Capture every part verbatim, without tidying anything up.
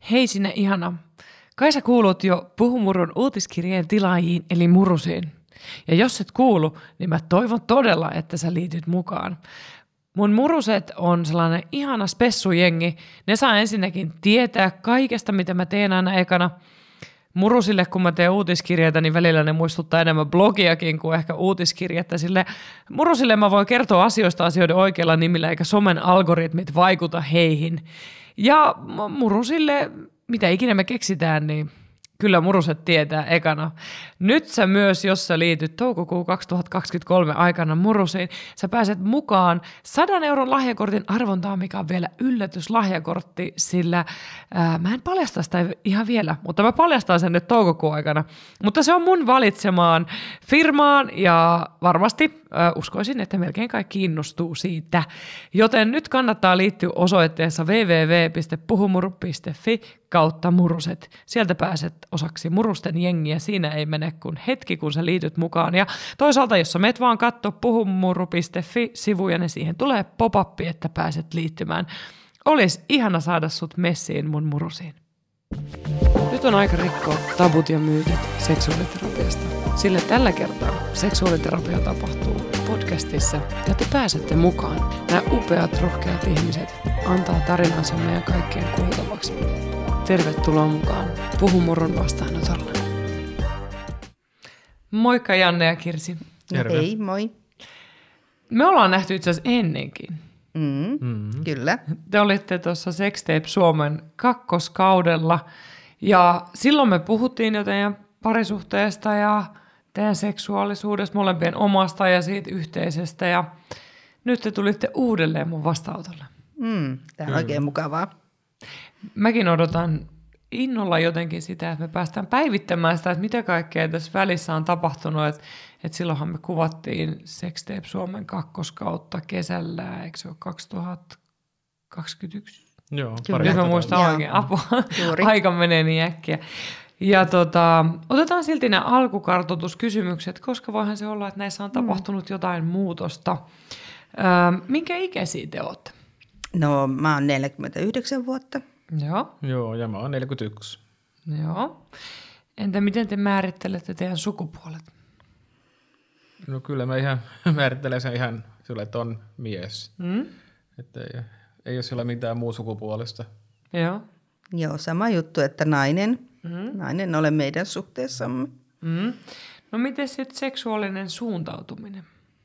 Hei sinne ihana. Kai sä kuulut jo Puhumurun uutiskirjeen tilaajiin eli murusiin. Ja jos et kuulu, niin mä toivon todella, että sä liityt mukaan. Mun muruset on sellainen ihana spessujengi. Ne saa ensinnäkin tietää kaikesta, mitä mä teen aina ekana. Murusille, kun mä teen uutiskirjeitä, niin välillä ne muistuttaa enemmän blogiakin kuin ehkä uutiskirjettä. Sille murusille mä voin kertoa asioista asioiden oikealla nimillä, eikä somen algoritmit vaikuta heihin. Ja murusille, mitä ikinä me keksitään, niin kyllä muruset tietää ekana. Nyt sä myös, jos sä liityt toukokuun kaksituhattakaksikymmentäkolme aikana murusiin, sä pääset mukaan sadan euron lahjakortin arvontaan, mikä on vielä yllätyslahjakortti, sillä ää, mä en paljasta sitä ihan vielä, mutta mä paljastan sen nyt toukokuun aikana. Mutta se on mun valitsemaan firmaan ja varmasti ää, uskoisin, että melkein kaikki innostuu siitä. Joten nyt kannattaa liittyä osoitteessa double-u double-u double-u piste puhumuru piste fi kautta muruset. Sieltä pääset osaksi murusten jengiä. Siinä ei mene kuin hetki, kun sä liityt mukaan. Ja toisaalta, jos sä meet vaan katso puhumuru piste fi-sivuja, niin siihen tulee pop-up, että pääset liittymään. Olisi ihana saada sut messiin mun murusiin. Nyt on aika rikkoa tabut ja myytit seksuaaliterapiasta. Sillä tällä kertaa seksuaaliterapia tapahtuu podcastissa ja te pääsette mukaan. Nämä upeat, rohkeat ihmiset antaa tarinansa meidän kaikkien kuultavaksi. Tervetuloa mukaan Puhumurun vastaanotolle. Moikka Janne ja Kirsi. Terve. Hei, moi. Me ollaan nähty itse asiassa ennenkin. Mm, mm. Kyllä. Te olitte tuossa Sextape Suomen kakkoskaudella ja silloin me puhuttiin jo teidän parisuhteesta ja teidän seksuaalisuudesta, molempien omasta ja siitä yhteisestä ja nyt te tulitte uudelleen mun vastaanotolle. Mm, tämä on mm. oikein mukavaa. Mäkin odotan innolla jotenkin sitä, että me päästään päivittämään sitä, että mitä kaikkea tässä välissä on tapahtunut. Että, että silloinhan me kuvattiin Sextape Suomen kakkoskautta kesällä, eikö se ole kaksituhattakaksikymmentäyksi? Joo, pari. Jos mä muistan Joo. oikein, apua, aika menee niin äkkiä. Ja tota, otetaan silti nämä alkukartoituskysymykset, koska voihan se olla, että näissä on tapahtunut mm. jotain muutosta. Öö, minkä ikäisiä te olette? No, mä oon neljäkymmentäyhdeksän vuotta. Joo. Joo, ja mä oon neljäkymmentäyksi. Joo. Entä miten te määrittelette teidän sukupuolet? No kyllä mä ihan määrittelen sen ihan sillä, että on mies. Mm? Että ei, ei ole sillä mitään muu sukupuolesta. Joo. Joo, sama juttu, että nainen. Mm. Nainen ole meidän suhteessamme. Mm. No miten sitten seksuaalinen suuntautuminen?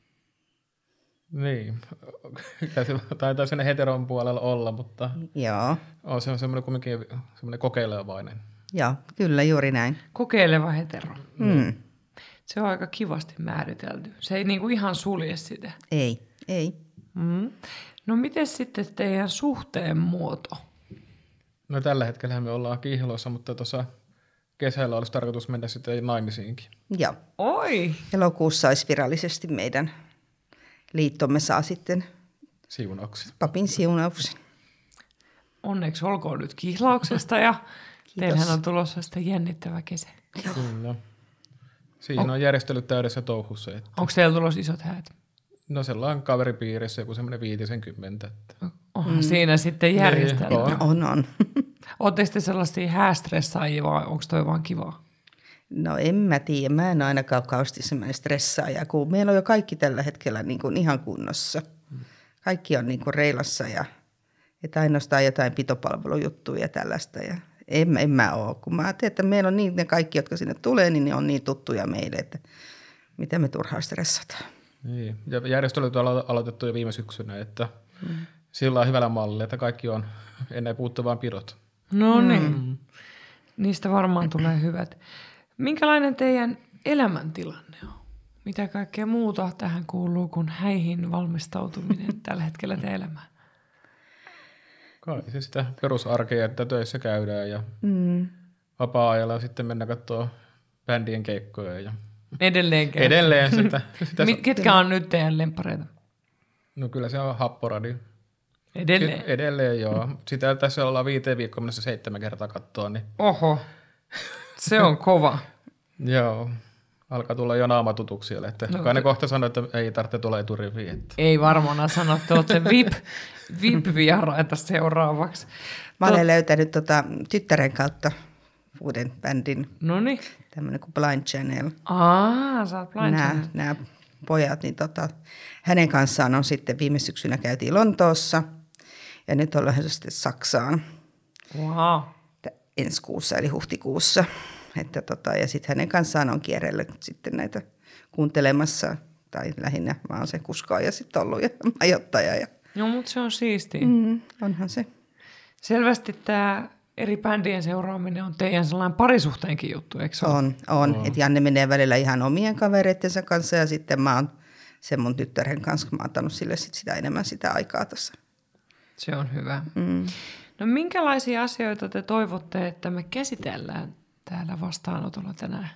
Niin, taitaa sen heteron puolella olla, mutta Joo. On se on semmoinen kumminkin semmoinen kokeilevainen. Joo, kyllä juuri näin. Kokeileva hetero. Mm. Se on aika kivasti määritelty. Se ei niinku ihan sulje sitä. Ei, ei. Mm. No miten sitten teidän suhteen muoto? No tällä hetkellä me ollaan kihloissa, mutta tuossa kesällä olisi tarkoitus mennä sitten naimisiinkin. Joo. Oi! Elokuussa olisi virallisesti meidän liittomme saa sitten siunauksen. Papin siunauksen. Onneksi olkoon nyt kihlauksesta ja teillähän on tulossa sitä jännittävä kesä. Kyllä. Siinä on, on järjestelyt täydessä touhussa. Että... Onko teillä tulossa isot häät? No sellainen kaveripiirissä joku semmoinen viitisen kymmentä. Että... Onhan mm. siinä sitten järjestelmä. On, on. on. Oletteko te sellaisia häästressaajia vai onko toi vaan kivaa? No en mä tiedä, mä en ainakaan kauheasti semmoinen stressaaja, kun meillä on jo kaikki tällä hetkellä niin kuin ihan kunnossa. Kaikki on niin kuin reilassa ja että ainoastaan jotain pitopalvelujuttuja ja tällaista. Ja en, en mä ole, kun mä ajattelin, että meillä on niin, ne kaikki, jotka sinne tulee, niin ne on niin tuttuja meille, että mitä me turhaan stressataan. Niin, ja järjestelyt on alo- aloitettu jo viime syksynä, että mm. sillä on hyvällä mallilla, että kaikki on ennen puuttuu vaan pidot. No niin, mm. niistä varmaan tulee hyvät. Minkälainen teidän elämäntilanne on? Mitä kaikkea muuta tähän kuuluu kuin häihin valmistautuminen tällä hetkellä teidän elämään? Kai se sitä perusarkea, että töissä käydään ja mm. vapaa-ajalla sitten mennä katsoa bändien keikkoja. Ja edelleen käy. Edelleen sitä. sitä Ketkä on nyt teidän lemppareita? No kyllä se on Happoradio. Edelleen? Sit, edelleen joo. Sitä tässä ollaan viiteen viikkoon mennessä seitsemän kertaa katsoa. Niin... Oho, se on kova. Joo. Alkaa tulla jo naamatutuksi siellä, että No, kai ne te- kohta sanoo, että ei tarvitse tulla eturiviin. Että. Ei varmaan sano, että olet se V I P, V I P-vieraita seuraavaksi. Mä olen löytänyt tota, tyttären kautta uuden bändin, Noniin. tämmöinen kuin Blind Channel. Aa, sä oot Blind Nämä, Channel. nämä pojat, niin tota, hänen kanssaan on sitten viime syksynä käytiin Lontoossa ja nyt ollaan sitten Saksaan Wow. ensi kuussa eli huhtikuussa. Että tota, ja sitten hänen kanssaan on kierrellyt sitten näitä kuuntelemassa, tai lähinnä mä oon se kuskaaja sitten ollut ja majoittaja. Ja, No, mutta se on siistiä. mm, onhan se. Selvästi tämä eri bändien seuraaminen on teidän sellainen parisuhteenkin juttu, eikö se ole? On, on. On. Että Janne menee välillä ihan omien kavereittensa kanssa ja sitten mä oon sen mun tyttären kanssa, kun mä oon antanut sille sit sitä enemmän sitä aikaa tässä. Se on hyvä. Mm. No minkälaisia asioita te toivotte, että me käsitellään täällä vastaanotolla tänään?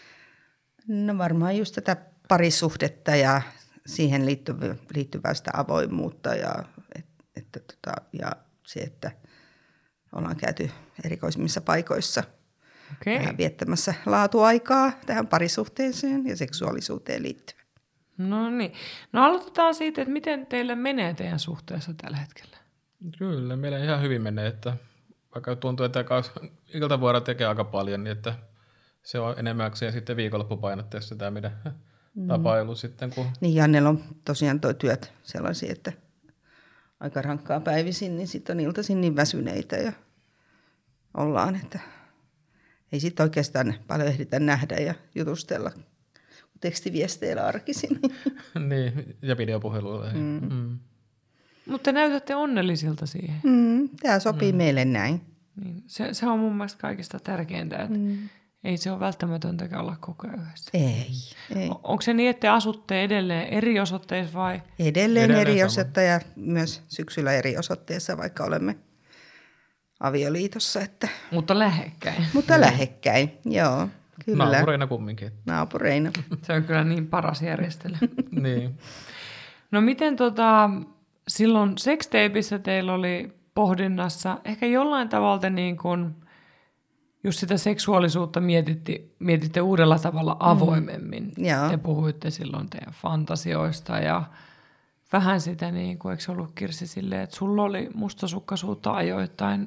No varmaan just tätä parisuhdetta ja siihen liittyvää, liittyvää sitä avoimuutta ja, et, että, tota, ja se, että ollaan käyty erikoisimmissa paikoissa Okei. vähän viettämässä laatuaikaa tähän parisuhteeseen ja seksuaalisuuteen liittyen. No niin. No aloitetaan siitä, että miten teille menee teidän suhteessa tällä hetkellä? Kyllä, meillä ihan hyvin menee, että vaikka tuntuu, että iltavuoro tekee aika paljon, niin että se on enemmäkseen sitten viikonloppupainotteessa tämä meidän mm. tapailu sitten. Kun... Niin Jannella on tosiaan tuo työt sellaisia, että aika rankkaa päivisin, niin sitten on iltaisin niin väsyneitä ja ollaan, että ei sitten oikeastaan paljon ehditä nähdä ja jutustella tekstiviesteillä arkisin. niin, ja videopuheluilla. Mm. Mm. Mutta näytätte onnellisilta siihen. Mm, tämä sopii mm. meille näin. Niin, se, se on mun mielestä kaikista tärkeintä, että mm. ei se ole välttämätöntäkään olla koko ajan yhdessä. Ei, ei. O- onko se niin, että te asutte edelleen eri osoitteissa vai? Edelleen, Edelleen eri sama. osoitteessa ja myös syksyllä eri osoitteessa, vaikka olemme avioliitossa. Että. Mutta lähekkäin. Mutta lähekkäin, joo, kyllä. Naapureina kumminkin. Naapureina. Se on kyllä niin paras järjestely. niin. No miten tota, silloin sextapeissa teillä oli pohdinnassa, ehkä jollain tavalla te niin kuin, just sitä seksuaalisuutta mietitti, mietitte uudella tavalla avoimemmin. Mm. Joo. Te puhuitte silloin teidän fantasioista ja vähän sitä, niin kuin, eikö se ollut Kirsi silleen, että sulla oli mustasukkaisuutta ajoittain,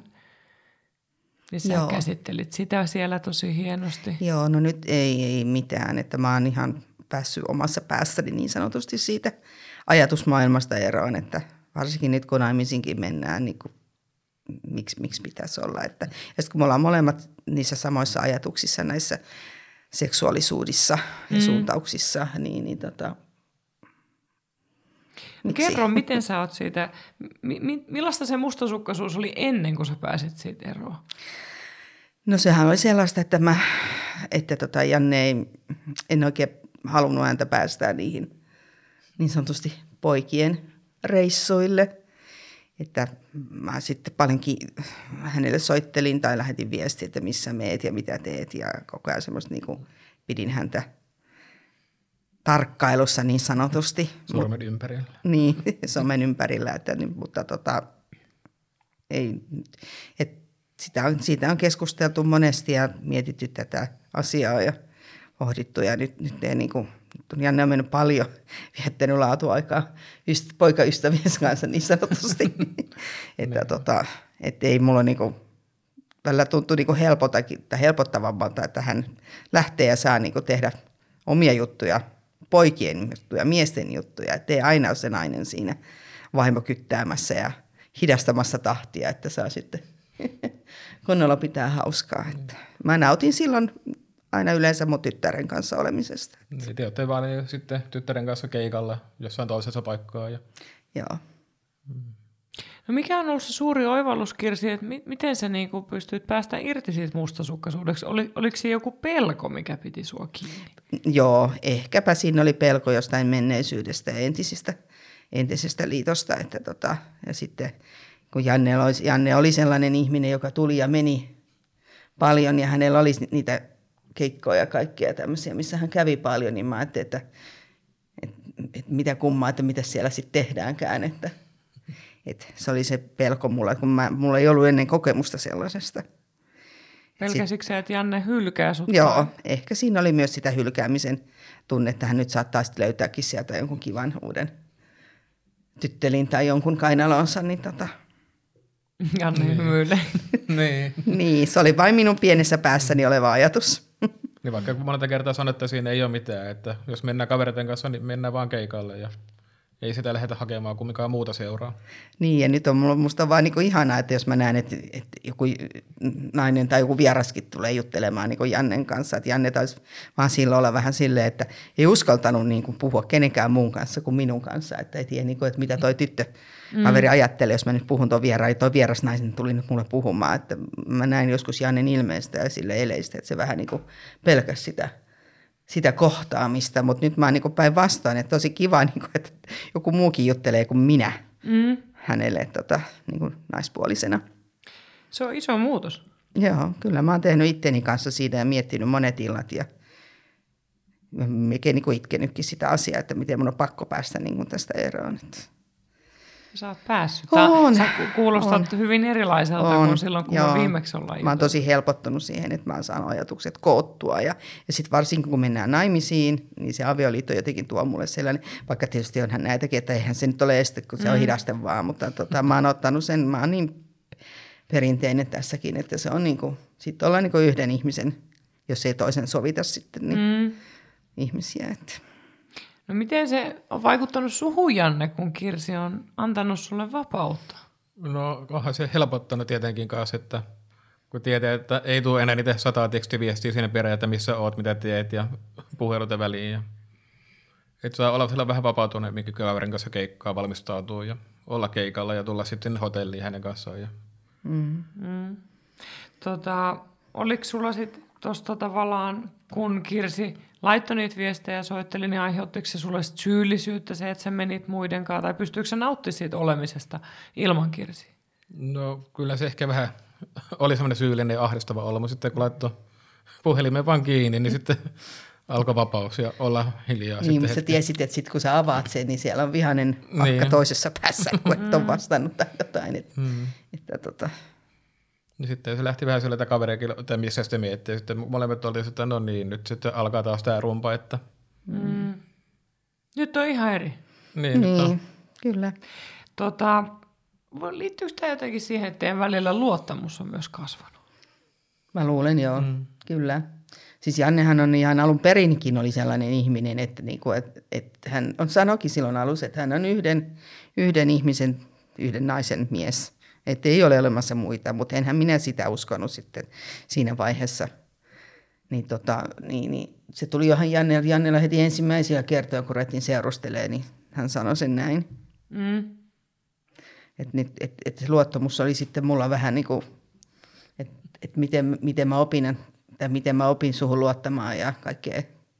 niin sä Joo. käsittelit sitä siellä tosi hienosti. Joo, no nyt ei, ei mitään, että mä oon ihan päässyt omassa päässäni niin sanotusti siitä ajatusmaailmasta eroon, että varsinkin nyt kun naimisinkin mennään, niin kuin, miksi, miksi pitäisi olla. Että, ja sitten kun me ollaan molemmat niissä samoissa ajatuksissa näissä seksuaalisuudissa ja Mm. suuntauksissa, niin, niin tota, No miksi? kerro, miten sä oot siitä, mi, mi, millaista se mustasukkaisuus oli ennen kuin sä pääsit siitä eroon? No sehän oli sellaista, että mä, että tota Janne ei, en oikein halunnut häntä päästää niihin niin sanotusti poikien reissuille. Että mä sitten paljonkin hänelle soittelin tai lähetin viestiä, että missä meet ja mitä teet. Ja koko ajan semmoista niin kuin pidin häntä tarkkailussa niin sanotusti. Sormen ympärillä. Niin, somen ympärillä, että, niin, mutta tota, ei, et sitä on, siitä on keskusteltu monesti ja mietitty tätä asiaa ja pohdittu ja nyt, nyt ei niin kuin, Janne on mennyt paljon viettänyt laatuaikaa yst, poikaystäviensä kanssa niin sanotusti, että tota, et ei mulla niin kuin, välillä tuntuu niin kuin helpottavammalta, että hän lähtee ja saa niin kuin tehdä omia juttuja, poikien juttuja, miesten juttuja, ettei aina ole se nainen siinä vaimo kyttäämässä ja hidastamassa tahtia, että saa sitten kunnolla pitää hauskaa. Että mä nautin silloin aina yleensä mun tyttären kanssa olemisesta. Niin, te olette vaan niin sitten tyttären kanssa keikalla jossain toisessa paikkaa. Ja... Joo. No mikä on ollut se suuri oivallus, Kirsi, että mi- miten sä niinku pystyit päästä irti siitä mustasukkaisuudeksi? Oli, oliko se joku pelko, mikä piti sua kiinni? Joo, ehkäpä siinä oli pelko jostain menneisyydestä ja entisistä, entisestä liitosta. Että tota, ja sitten kun Janne oli, Janne oli sellainen ihminen, joka tuli ja meni paljon ja hänellä oli niitä keikkoja ja kaikkia tämmöisiä, missä hän kävi paljon, niin mä ajattelin, että, että, että mitä kummaa, että mitä siellä sitten tehdäänkään. Että, että se oli se pelko mulla, kun mä, mulla ei ollut ennen kokemusta sellaisesta. Pelkäsitkö sä, että Janne hylkää sut? Joo, ehkä siinä oli myös sitä hylkäämisen tunne, että hän nyt saattaa sitten löytääkin sieltä jonkun kivan uuden tyttelin tai jonkun kainalonsa, niin tota... Janne hymyilee. niin. Niin, se oli vain minun pienessä päässäni oleva ajatus. Niin vaikka monta kertaa sanoin, että siinä ei ole mitään, että jos mennään kavereiden kanssa, niin mennään vaan keikalle ja ei sitä lähdetä hakemaan kumminkaan muuta seuraa. Niin, ja nyt on mulla musta vaan niinku ihanaa, että jos mä näen, että, että joku nainen tai joku vieraskin tulee juttelemaan niinku Jannen kanssa, että Janne taisi vaan silloin olla vähän silleen, että ei uskaltanut niinku puhua kenenkään muun kanssa kuin minun kanssa, että ei tiedä, niinku, että mitä toi tyttö kaveri ajattelee, jos mä nyt puhun tuon vieraan, ja toi vierasnainen tuli nyt mulle puhumaan, että mä näin joskus Jannen ilmeestä ja sille eleistä, että se vähän niinku pelkäsi sitä. sitä kohtaamista, mutta nyt mä oon niin päinvastoin, että tosi kiva, niin kuin, että joku muukin juttelee kuin minä mm. hänelle tota, niin kuin naispuolisena. Se on iso muutos. Joo, kyllä mä oon tehnyt itteni kanssa siitä ja miettinyt monet illat ja mikä niin kuin itkenytkin sitä asiaa, että miten mun on pakko päästä niin kuin tästä eroon. Sä oot päässyt. On, Sä kuulostat on. hyvin erilaiselta on. kuin silloin, kun Joo. me viimeksi ollaan. Mä oon tosi helpottunut siihen, että mä oon saanut ajatukset koottua. Ja, ja sitten varsinkin, kun mennään naimisiin, niin se avioliitto jotenkin tuo mulle sellainen, vaikka tietysti onhan näitäkin, että eihän se nyt ole este, kun se mm. on hidaste vaan. Mutta tota, mä oon ottanut sen, mä oon niin perinteinen tässäkin, että se on niin kuin, sitten ollaan niin kuin yhden ihmisen, jos ei toisen sovita sitten, niin mm. ihmisiä, että... No miten se on vaikuttanut suhun, Janne, kun Kirsi on antanut sulle vapautta? No onhan se helpottanut tietenkin kanssa, että kun tietää, että ei tule enää niitä sataa tekstiviestiä sinne perään, että missä oot, mitä teet ja puheluita väliin. Ja... Että saa olla siellä vähän vapautunut, minkä kaverin kanssa keikkaa valmistautuu ja olla keikalla ja tulla sitten hotelliin hänen kanssaan. Ja... Mm. Mm. Tota, oliko sulla sitten tuosta tavallaan, kun Kirsi laittoi niitä viestejä ja soitteli, niin aiheuttiko se sulle syyllisyyttä se, että sä menit muiden kanssa, tai pystyykö sä nauttimaan siitä olemisesta ilman Kirsiä? No kyllä se ehkä vähän oli semmoinen syyllinen ja ahdistava olla, mutta sitten kun laittoi puhelimen vaan kiinni, niin sitten alkoi vapaus ja olla hiljaa. Niin, mutta sä tiesit, että sitten kun sä avaat sen, niin siellä on vihainen akka niin. toisessa päässä, kun et ole vastannut tai jotain. Että, mm. että, tota... Niin sitten se lähti vähän sille, että kaveriakin, että missä sitten miettii. Sitten molemmat oltiin, että no niin, nyt sitten alkaa taas tämä rumpa. Että... Mm. Nyt on ihan eri. Niin, niin on. Kyllä. Tota, liittyykö tämä jotenkin siihen, että teidän välillä luottamus on myös kasvanut? Mä luulen, joo. Mm. Kyllä. Siis Jannehan on ihan alun perinkin oli sellainen ihminen, että, niinku, että, että hän on sanoikin silloin alussa, että hän on yhden, yhden ihmisen, yhden naisen mies. Että ei ole olemassa muita, mutta enhän minä sitä uskonut sitten siinä vaiheessa. Niin, tota, niin, niin se tuli johan Jannella, Jannella heti ensimmäisiä kertoja, kun ruvettiin seurustelemaan, niin hän sanoi sen näin. Mm. Että et, et se luottamus oli sitten mulla vähän niin kuin, että et miten, miten mä opin, tai miten mä opin suhun luottamaan ja kaikkea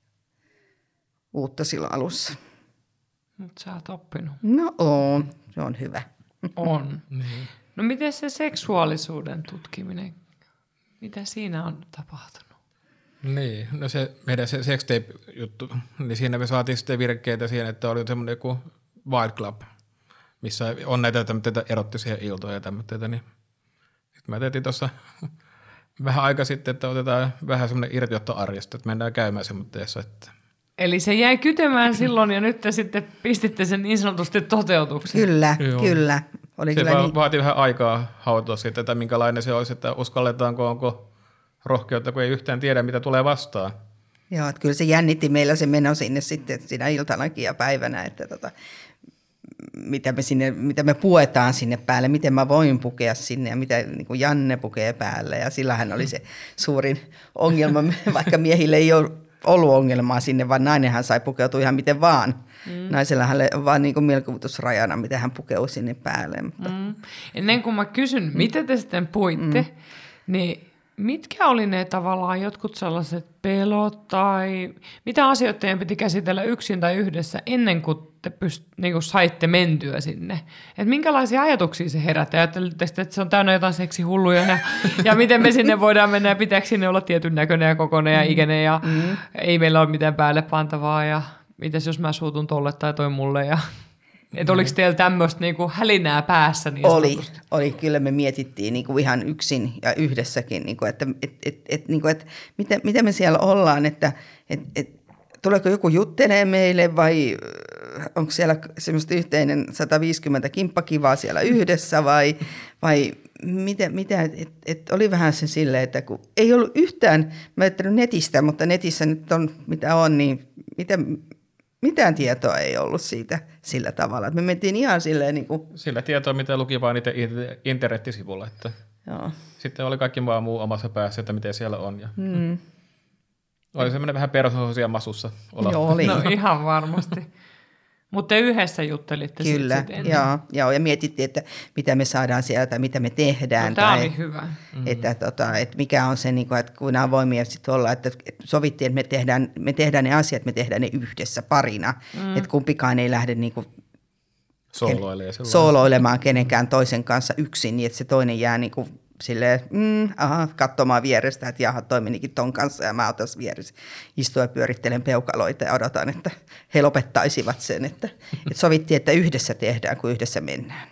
uutta silloin alussa. Mutta sä oot oppinut. No on, se on hyvä. On. No miten se seksuaalisuuden tutkiminen, mitä siinä on tapahtunut? Niin, no se meidän se sextape-juttu, niin siinä me saatiin sitten virkkeitä siihen, että oli semmoinen joku Wild Club, missä on näitä tämmöitä erottisia iltoja ja tämmöitä, niin sitten mä tehtiin tuossa vähän aika sitten, että otetaan vähän semmoinen irtiotto arjesta, että mennään käymään semmoitteessa, että... Eli se jäi kytemään silloin ja nyt te sitten pistitte sen niin sanotusti toteutukseen. Kyllä, Joo. kyllä. Oli se va- niin... vaatii vähän aikaa hautoa siitä, että minkälainen se olisi, että uskalletaanko, onko rohkeutta, kun ei yhtään tiedä, mitä tulee vastaan. Joo, että kyllä se jännitti meillä se meno sinne sitten siinä iltanakin ja päivänä, että tota, mitä, me sinne, mitä me puetaan sinne päälle, miten mä voin pukea sinne ja mitä niin kuin Janne pukee päälle. Ja sillähän oli se suurin ongelma, vaikka miehille ei ole ollut ongelmaa sinne, vaan nainenhan sai pukeutua ihan miten vaan. Mm. Naisellahan on vaan niin kuin mielikuvitusrajana, miten hän pukeu sinne päälle. Mutta... Mm. Ennen kuin mä kysyn, mm. mitä te sitten puitte, mm. niin mitkä oli ne tavallaan jotkut sellaiset pelot tai mitä asioita teidän piti käsitellä yksin tai yhdessä ennen kuin te pyst- niin kuin saitte mentyä sinne? Et minkälaisia ajatuksia se herätti? Ajattelitte, että se on täynnä jotain seksihulluja ja, ja miten me sinne voidaan mennä ja pitääkö sinne olla tietyn näköinen ja kokoinen ja ikäinen ja mm. ei meillä ole mitään päälle pantavaa ja mitäs jos mä suutun tolle tai toi mulle ja... Että oliko teillä tämmöistä niinku hälinää päässä? Niin oli, sanotusti? oli. Kyllä me mietittiin niinku ihan yksin ja yhdessäkin, niinku, että et, et, et, niinku, et, miten, miten me siellä ollaan, että et, et, tuleeko joku juttelee meille vai onko siellä semmoista yhteinen sata viisikymmentä kimppakivaa siellä yhdessä vai, vai miten, mitä, et, et oli vähän se silleen, että kun ei ollut yhtään, mä ajattelin netistä, mutta netissä nyt on mitä on, niin miten, mitään tietoa ei ollut siitä sillä tavalla. Me mentiin ihan silleen niin kuin... Sillä tietoa, mitä luki vaan niitä internettisivulla. Että Joo. sitten oli kaikki vaan muu omassa päässä, että miten siellä on. Ja Mm. oli semmoinen vähän persoonallisia masussa olla. Joo, oli. No ihan varmasti. Mutta te yhdessä juttelitte Kyllä, sit sit joo, joo, ja mietittiin, että mitä me saadaan sieltä tai mitä me tehdään. No, tämä tai, oli hyvä. Että, tota, että mikä on se, niin kuin, että kun avoimia sitten olla, että, että sovittiin, että me tehdään, me tehdään ne asiat, me tehdään ne yhdessä parina. Mm. Että kumpikaan ei lähde niin kuin Sooloilee sooloilemaan kenenkään toisen kanssa yksin, niin että se toinen jää niin kuin silleen, mm, aha, katsomaan vierestä, että jaha, toi menikin ton kanssa ja mä otan vieressä istua ja pyörittelen peukaloita ja odotan, että he lopettaisivat sen. Että, että sovittiin, että yhdessä tehdään, kun yhdessä mennään.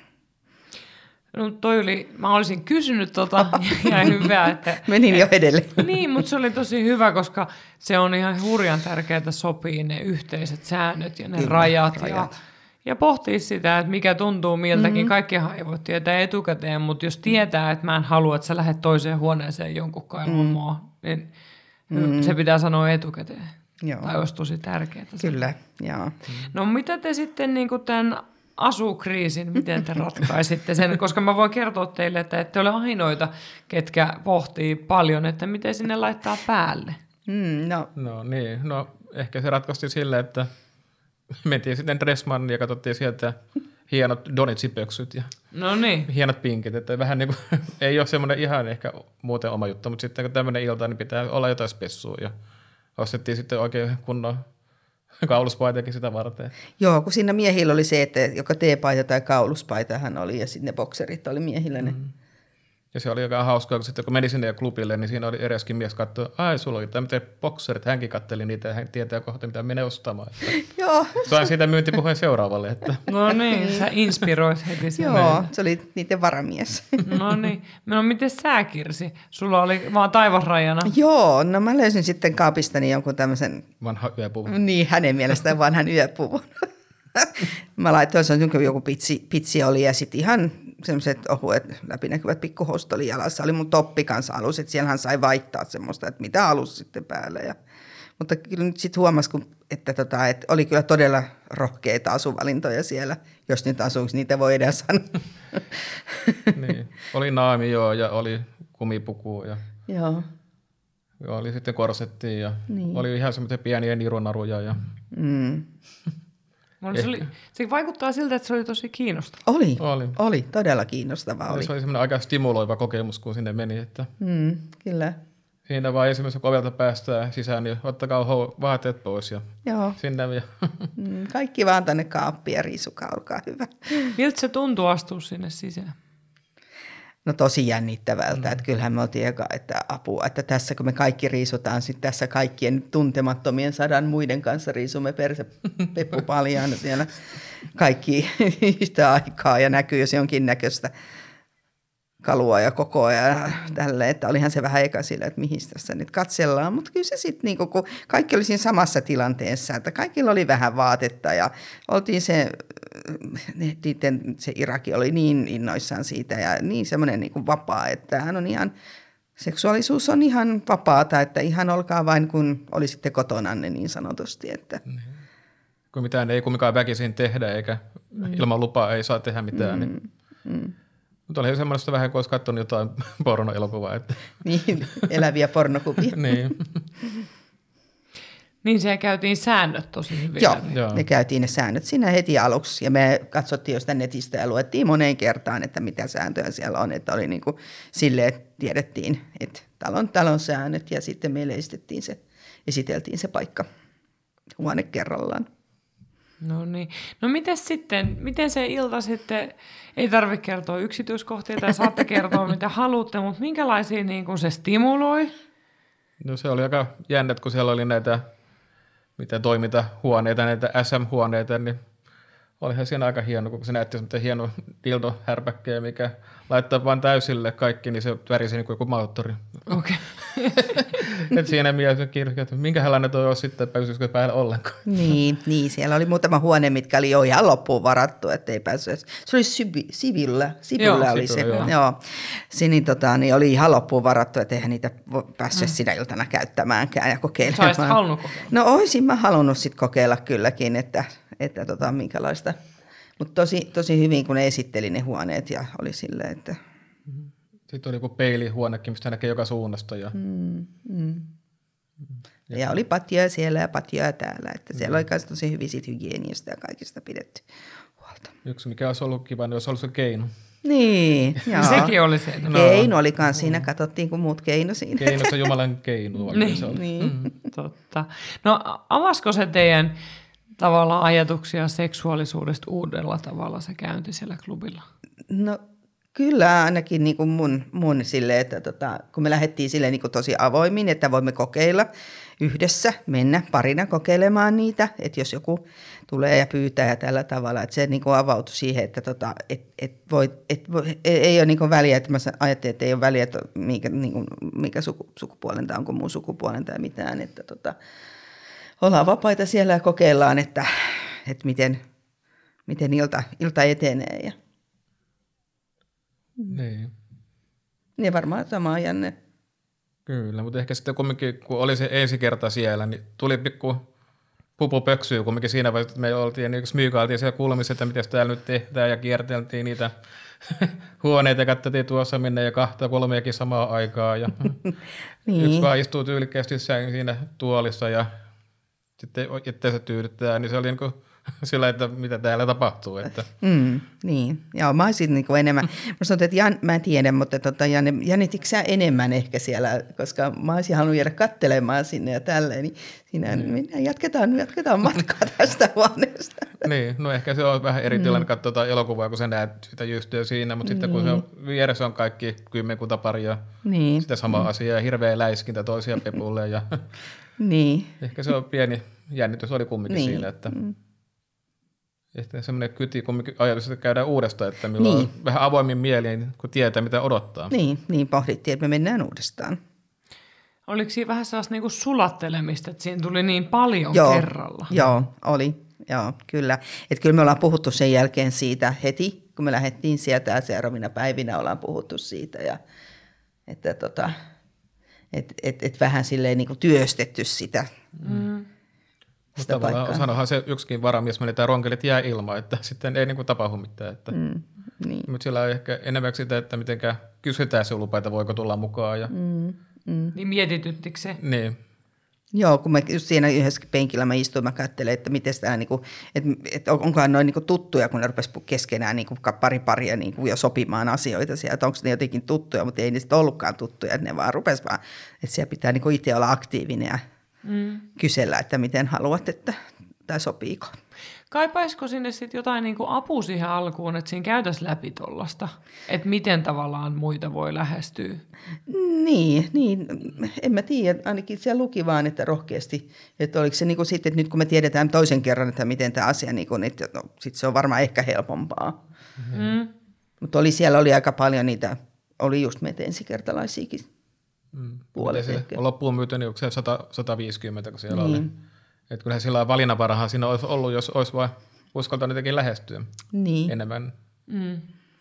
No toi oli, mä olisin kysynyt tota, ja hyvä, että... Menin jo edelle. Niin, mutta se oli tosi hyvä, koska se on ihan hurjan tärkeää sopii ne yhteiset säännöt ja ne Kyllä, rajat. rajat. Ja, ja pohtia sitä, että mikä tuntuu miltäkin. Mm-hmm. Kaikkihan ei voi tietää etukäteen, mutta jos tietää, että mä en halua, että sä lähdet toiseen huoneeseen jonkun kaivoon mm. mua, niin mm. se pitää sanoa etukäteen. Joo. Tai olisi tosi tärkeää. Kyllä, joo. No mitä te sitten niin tämän asukriisin, miten te ratkaisitte sen? Koska mä voin kertoa teille, että ette ole ainoita, ketkä pohtii paljon, että miten sinne laittaa päälle. Mm, no. No niin, no ehkä se ratkaisi silleen, että mentiin sitten Dressmanniin ja katsottiin sieltä hienot Donitsi-pöksyt ja No niin. hienot pinkit, että vähän niin kuin, ei ole semmoinen ihan ehkä muuten oma juttu, mutta sitten kun tämmöinen ilta, niin pitää olla jotain spessua ja ostettiin sitten oikein kunnon kauluspaitakin sitä varten. Joo, kun siinä miehillä oli se, että joko teepaita tai kauluspaita hän oli ja sitten ne bokserit oli miehillä ne. Mm. Ja se oli joka hauskaa, kun sitten kun meni sinne klubille, niin siinä oli eräskin mies katsoa, ai sulla oli tämmöiset bokserit, hänkin katteli niitä ja hän tietää kohta, mitä menee ostamaan. Joo. Sain siitä myyntipuheen seuraavalle. Että. No niin, sä inspiroit heti sen. Joo, se oli niiden varamies. No niin. No miten sä, Kirsi? Sulla oli vaan taivasrajana. Joo, no mä löysin sitten kaapistani jonkun tämmöisen, Vanha yöpuvun. niin hänen mielestään vanhan yöpuvun. Mä laitoin, se on joku pitsi, pitsi oli ja sitten ihan semmoiset ohuet läpinäkyvät pikkuhousut oli jalassa. Oli mun toppi kanssa alus, että siellähän sai vaihtaa semmoista, että mitä alus sitten päälle. Ja, mutta kyllä nyt sitten huomasi, kun, että, tota, että oli kyllä todella rohkeita asuvalintoja siellä, jos nyt asuisi, niitä voi edes sanoa. Niin. Oli naami joo ja oli kumipuku ja Joo. joo, oli sitten korsettia ja Niin. oli ihan semmoisia pieniä nirunaruja. Ja Mm. No, se, oli, se vaikuttaa siltä, että se oli tosi kiinnostavaa. Oli, Oli. oli, todella kiinnostavaa oli. se oli semmoinen aika stimuloiva kokemus, kun sinne meni, että Mm, kyllä, siinä vaan ensimmäisen kovelta päästään sisään, niin ottakaa ho- vaatteet pois ja joo. sinne. Ja Mm, kaikki vaan tänne kaappiin ja riisukaa, olkaa hyvä. Miltä se tuntuu astua sinne sisään? No tosi jännittävältä, mm. että kyllähän me oltiin eka, että apua, että tässä kun me kaikki riisutaan, sitten tässä kaikkien tuntemattomien sadan muiden kanssa riisumme perse peppu paljaana siellä kaikki yhtä aikaa ja näkyy jos jonkinnäköistä kalua ja kokoa ja tälleen, että olihan se vähän eka sillä, että mihin tässä nyt katsellaan, mutta kyllä se sitten, niin kun kaikki oli siinä samassa tilanteessa, että kaikilla oli vähän vaatetta ja oltiin se, niiden, se Iraki oli niin innoissaan siitä ja niin semmoinen niin kuin vapaa, että hän on ihan, seksuaalisuus on ihan vapaata, että ihan olkaa vain kun olisitte kotonanne niin sanotusti, että kun mitään ei kumminkaan väkisin tehdä eikä mm. ilman lupaa ei saa tehdä mitään, mm. niin mm. mutta oli semmoista vähän, kun olisi katsonut jotain pornoelokuvaa. Että. Niin, eläviä pornokuvia. niin. Niin siellä käytiin säännöt tosi hyvin. Joo, läpi. Joo. me käytiin ne säännöt siinä heti aluksi ja me katsottiin jo sitä netistä ja luettiin moneen kertaan, että mitä sääntöjä siellä on. Että oli niin kuin silleen, että tiedettiin, että talon, talon säännöt ja sitten meille esitettiin se, esiteltiin se paikka huone kerrallaan. No niin. No miten sitten, miten se ilta sitten, ei tarvitse kertoa yksityiskohtia tai saatte kertoa mitä haluatte, mutta minkälaisia niin kuin se stimuloi? No se oli aika jännät, kun siellä oli näitä mitä toimintahuoneita, näitä S M-huoneita, niin olihan siinä aika hieno, kun se näytti semmoinen hieno dildo-härpäkkejä, mikä laittaa vaan täysille kaikki, niin se värisi niin kuin joku moottori. Okei. Et siinä mielessä kirjoitin, että minkälainen toi olisi sitten, pääsisikö päälle ollenkaan. Niin, niin, siellä oli muutama huone, mitkä oli jo ihan loppuun varattu, ettei päässyt. Se oli sybi, Sivillä, Sivillä Joo, oli se, Sivillä, joo. joo. joo. Se niin, tota, niin oli ihan loppuun varattu, ettei eihän niitä päässyt mm. sinä iltana käyttämäänkään ja kokeilemaan. Sä olisit halunnut kokeilla? No olisin mä halunnut sitten kokeilla kylläkin, että, että tota, minkälaista. Mutta tosi, tosi hyvin, kun ne esitteli ne huoneet ja oli silleen, että... Sitten oli joku peilihuonekin, mistä näkee joka suunnasta. Ja, Mm, mm. ja, ja oli patjoja siellä ja patjoja täällä, että siellä mm. oli myös tosi hyvin sit hygieniasta ja kaikista pidetty huolta. yksi, mikä olisi ollut kiva, niin olisi ollut se keino. Niin, joo. Sekin oli se. No. Keino oli kanssa siinä, katsottiin kun muut keino siinä. Keino se Jumalan keino. Niin, se oli. Niin. Mm, totta. No avasko se teidän tavallaan ajatuksia seksuaalisuudesta uudella tavalla se käynti siellä klubilla? No kyllä ainakin niin kuin mun, mun silleen, että tota, kun me lähdettiin silleen niin kuin tosi avoimin, että voimme kokeilla yhdessä, mennä parina kokeilemaan niitä, että jos joku tulee ja pyytää ja tällä tavalla, että se niin kuin avautui siihen, että tota, et, et voi, et voi, ei ole niin kuin väliä, että mä ajattelin, että ei ole väliä, että mikä, niin kuin, mikä suku, sukupuolen tai onko muu sukupuolen tai mitään, että tota, ollaan vapaita siellä ja kokeillaan, että, että miten, miten ilta, ilta etenee ja Niin. niin varmaan sama Janne. Kyllä, mutta ehkä sitten kumminkin, kun oli se ensi kerta siellä, niin tuli pikku pupu pöksyy kumminkin siinä vaiheessa, että me oltiin niin smyykailtiin siellä kulmissa, että miten täällä nyt tehdään ja kierteltiin niitä huoneita ja katsottiin tuossa minne ja kahta kolmeakin samaan aikaan. Ja Niin. yksi vaan istuu tyylikkäästi siinä tuolissa ja sitten ettei se tyydyttää, niin se oli niin kuin sillä, että mitä täällä tapahtuu. Että. Mm, niin, joo, mä olisin niin kuin enemmän, mä sanoin, että Jan, mä en tiedä, mutta tota, Janne, jännitikö sä enemmän ehkä siellä, koska mä olisin halunnut jäädä katselemaan sinne ja tälleen, niin siinä mm. mennään, jatketaan, jatketaan matkaa tästä huoneesta. Niin, no ehkä se on vähän eri mm. tilanne katsoa elokuvaa, kun sä näet sitä jystyä siinä, mutta mm. sitten kun se on, vieressä on kaikki kymmenkunta paria, niin. Sitä samaa mm. asiaa, hirveä läiskintä toisia pepulle ja niin. ehkä se on pieni jännitys oli kumminkin niin. siinä, että mm. ehkä semmoinen kyti kumminkin ajatus, että käydään uudestaan, että milloin niin. on vähän avoimin mieliin, kun tietää mitä odottaa. Niin, niin pohdittiin, että me mennään uudestaan. Oliko siinä vähän sellaista niinku sulattelemista, että siinä tuli niin paljon joo, kerralla? Joo, oli. Joo, kyllä. Että kyllä me ollaan puhuttu sen jälkeen siitä heti, kun me lähdettiin sieltä ja seuraavina päivinä ollaan puhuttu siitä. Ja, että tota, et, et, et vähän silleen niin kuin työstetty sitä. Mm. Mutta tavallaan sanohan se yksikin varamies meni, että ronkelit jää ilman, että sitten ei niin kuin tapahdu mitään. Että. Mm, niin. Mutta siellä on ehkä enemmän sitä, että mitenkä kysytään se lupa, että voiko tulla mukaan. Ja. Mm, mm. Niin mietityttikö se? Niin. Joo, kun mä just siinä yhdessä penkillä mä istuin, mä katselin, että miten sitä, niin kuin, että, että onkohan noin niin kuin tuttuja, kun ne rupesi keskenään niin kuin pari paria niin kuin jo sopimaan asioita sieltä, että onko ne jotenkin tuttuja, mutta ei ne sitten ollutkaan tuttuja, että ne vaan rupesi vaan, että siellä pitää niin kuin itse olla aktiivinen ja mm. kysellä, että miten haluat, että tai sopiiko. Kaipaisiko sinne sitten jotain niinku apua siihen alkuun, että siinä käytäisiin läpi tollasta, että miten tavallaan muita voi lähestyä? Niin, niin, en mä tiedä, ainakin siellä luki vaan, että rohkeasti, että oliko se niinku sitten, että nyt kun me tiedetään toisen kerran, että miten tämä asia, niinku, että no, sitten se on varmaan ehkä helpompaa. Mm. Mutta oli, siellä oli aika paljon niitä, oli just meitä ensikertalaisiakin mm. puolet ehkä. Loppuun myyty, niin onko se sata, sata viisikymmentä, kun siellä niin. oli? Että kyllähän sillä valinnanvarahan siinä olisi ollut, jos olisi vain uskaltanut jotenkin lähestyä niin. enemmän. Mm.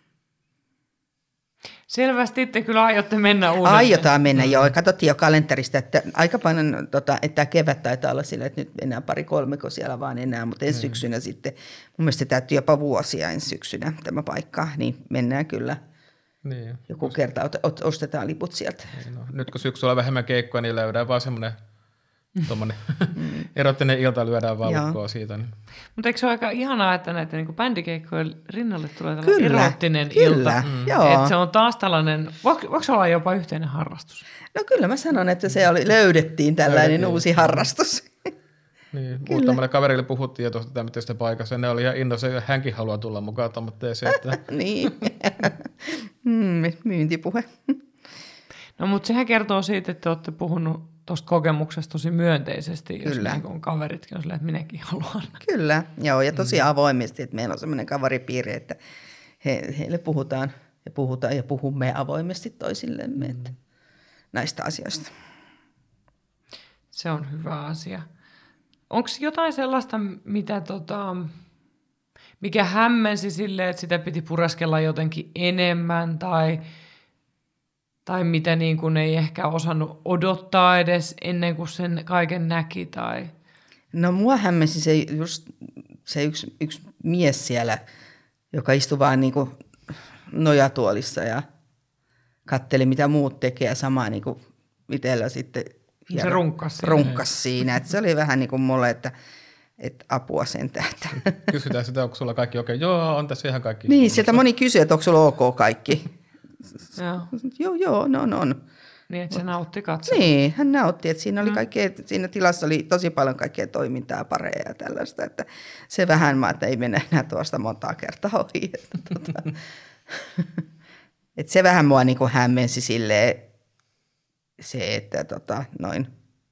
Selvästi te kyllä aiotte mennä uudelleen. Aiotaan mennä, mm. joo. Katsottiin jo kalenterista, että aika paljon, tota, että tämä kevät taitaa olla sillä, että nyt enää pari kolmeko siellä vaan enää, mutta ensi mm. syksynä sitten, mun mielestä täytyy jopa vuosia ensi syksynä tämä paikka, niin mennään kyllä. Niin. Joku Just... kerta ostetaan liput sieltä. Niin, no. Nyt kun syksyllä on vähemmän keikkoa, niin löydään vaan semmoinen tuommoinen mm. erottinen ilta lyödään valkkoa siitä. Niin. Mutta eikö se ole aika ihanaa, että näiden niin bändikeikkojen rinnalle tulee tällainen kyllä, erottinen kyllä, ilta? Mm. Että se on taas tällainen, voiko, voiko se olla jopa yhteinen harrastus? No kyllä mä sanon, että se oli, löydettiin tällainen löydettiin. uusi harrastus. Niin, muutamalle kaverille puhuttiin jo tuosta tämmöistä paikassa, ne oli ihan innossa, ja hänkin haluaa tulla mukaan tommoitteeseen. Että... niin, mm, myyntipuhe. No mutta sehän kertoo siitä, että te olette puhunut tuosta kokemuksesta tosi myönteisesti, jos Kyllä. niin kuin kaveritkin on silleen, että minäkin haluan. Kyllä, joo, ja tosi avoimesti, että meillä on semmoinen kaveripiiri, että he, heille puhutaan ja puhutaan ja puhumme avoimesti toisillemme että näistä asioista. Se on hyvä asia. Onko jotain sellaista, mitä tota, mikä hämmensi silleen, että sitä piti puraskella jotenkin enemmän tai, tai mitä niin kuin ei ehkä osannut odottaa edes ennen kuin sen kaiken näki? Tai... No mua hämmensi se, just, se yksi, yksi mies siellä, joka istui vaan niin kuin nojatuolissa ja katteli mitä muut tekee ja samaa niin kuin itsellä sitten se runkkasi siinä. Runkkas siinä. Että se oli vähän niin kuin mulle, että, että apua sentään. Kysytään sitä, onko sulla kaikki okei? Okay. Joo, on tässä ihan kaikki. Niin, sieltä moni kysyy, että onko sulla ok kaikki. Joo. Joo, joo, no on, on. Niin, että se nautti katsoa. Niin, hän nautti, että siinä, oli kaikkea, siinä tilassa oli tosi paljon kaikkea toimintaa, pareja ja tällaista, että se vähän mä, että ei mennä enää tuosta montaa kertaa ohi. Että, tota, että se vähän mua niin kuin hämmensi silleen, se, että tota, noin,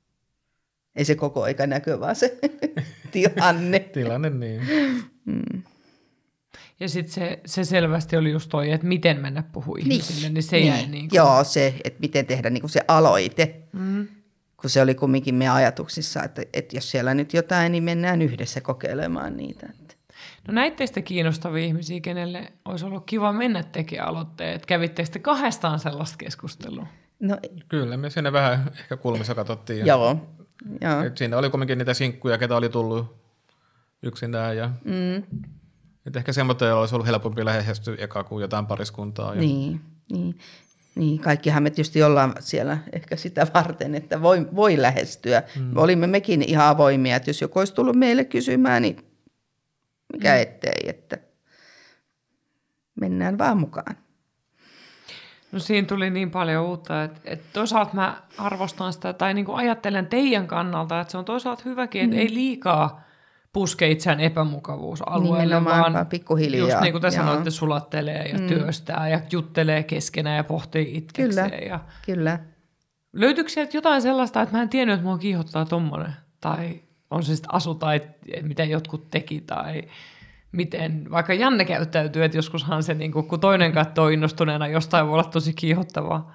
ei se koko aika näkö, vaan se tilanne. Tilanne, niin. Mm. Ja sitten se, se selvästi oli just toi, että miten mennä puhua ihmisille, niin, niin se niin. jäi niin kuin... Joo, se, että miten tehdä niin kuin se aloite, Mm. kun se oli kumminkin meidän ajatuksissa, että, että jos siellä nyt jotain, niin mennään yhdessä kokeilemaan niitä. No näittekö te kiinnostavia ihmisiä, kenelle olisi ollut kiva mennä tekemään aloitteet? Kävittekö te kahdestaan sellaista keskustelua? No, Kyllä, me siinä vähän ehkä kulmissa katsottiin. joo. joo. Et siinä oli kuitenkin niitä sinkkuja, ketä oli tullut yksinään. Ja, Mm. et ehkä semmoinen olisi ollut helpompi lähestyä eka kuin jotain pariskuntaa. Ja, Niin, niin, niin, kaikkihan me tietysti ollaan siellä ehkä sitä varten, että voi, voi lähestyä. Mm. Olimme mekin ihan avoimia, että jos joku olisi tullut meille kysymään, niin mikä mm. ettei, että mennään vaan mukaan. No siinä tuli niin paljon uutta, että, että toisaalta mä arvostan sitä, tai niin kuin ajattelen teidän kannalta, että se on toisaalta hyväkin, että mm. ei liikaa puske itseään epämukavuusalueelle, vaan, vaan pikkuhiljaa. Just niin kuin te sanoitte, sulattelee ja mm. työstää ja juttelee keskenään ja pohtii itsekseen. Kyllä, ja... kyllä. Löytyykö sieltä jotain sellaista, että mä en tiennyt, että mua kiihottaa tommonen? Tai on se sitten asu tai mitä jotkut teki tai... Miten, vaikka Janne käyttäytyy, että joskushan se, niin kun toinen katsoo innostuneena, jostain voi olla tosi kiihottavaa.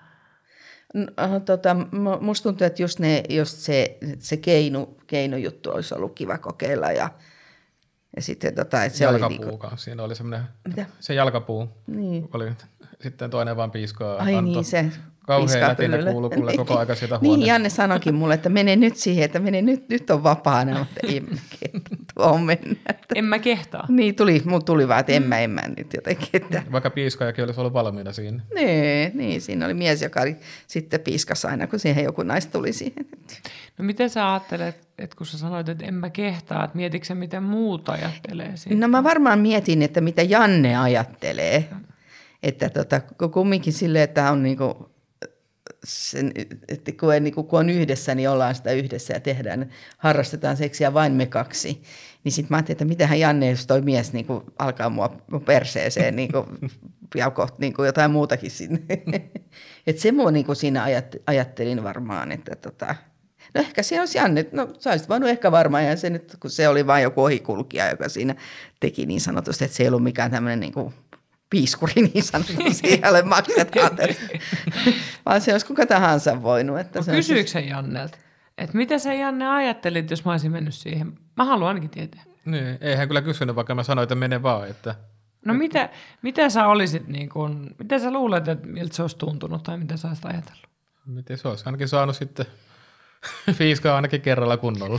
No, tota, musta tuntuu, että just, ne, just se, se keinu, keinujuttu olisi ollut kiva kokeilla. Ja, ja sitten, tota, että se jalkapuu oli niinku... kanssa, siinä oli semmoinen, Mitä? se jalkapuu Niin. oli, sitten toinen vaan piiskaa. Ai antoi. niin, se Kauhean lätinä kuului kuule niin. koko aika sieltä huoneesta. Niin, Janne sanoikin mulle, että mene nyt siihen, että mene nyt, nyt on vapaana, mutta en mä kehtaa tuohon mennä. En mä kehtaa. Niin, tuli, mulla tuli vaan, että en mä, en mä nyt jotenkin. Että... Vaikka piiskaajakin olisi ollut valmiina siinä. Niin, niin, siinä oli mies, joka oli sitten piiskas aina, kun siihen joku naista tuli siihen. No miten sä ajattelet, että kun sä sanoit, että en mä kehtaa, että mietitkö sä, miten muut ajattelee siitä? No mä varmaan mietin, että mitä Janne ajattelee. Että tota, kumminkin silleen, että on niinku... Sen, että kun, niin kun on yhdessä, niin ollaan sitä yhdessä ja tehdään, harrastetaan seksiä vain me kaksi. Niin sitten mä ajattelin, että mitähän Janne, jos toi mies niin kuin alkaa mua perseeseen niin kuin, ja kohta niin kuin jotain muutakin sinne. Että se mua niin kuin siinä ajattelin varmaan, että tota, no ehkä se olisi Janne, no sä olisit voinut ehkä varmaan, ja se nyt, kun se oli vain joku ohikulkija, joka siinä teki niin sanotusti, että se ei ollut mikään tämmöinen niin kuin piiskuri niin sanotusti, siellä maksetaan tästä. Vaan se olisi kuka tahansa voinut. Että no, se kysyykö se Jannelta? Että mitä sä Janne ajattelit, jos mä olisin mennyt siihen? Mä haluan ainakin tietää. Niin, eihän kyllä kysynyt, vaikka mä sanoin, että mene vaan. Että... No mitä, mitä sä olisit, niin kun, mitä sä luulet, että miltä se olisi tuntunut tai mitä sä olisit ajatellut? Miten se olisi ainakin saanut sitten fiiskaa ainakin kerralla kunnolla.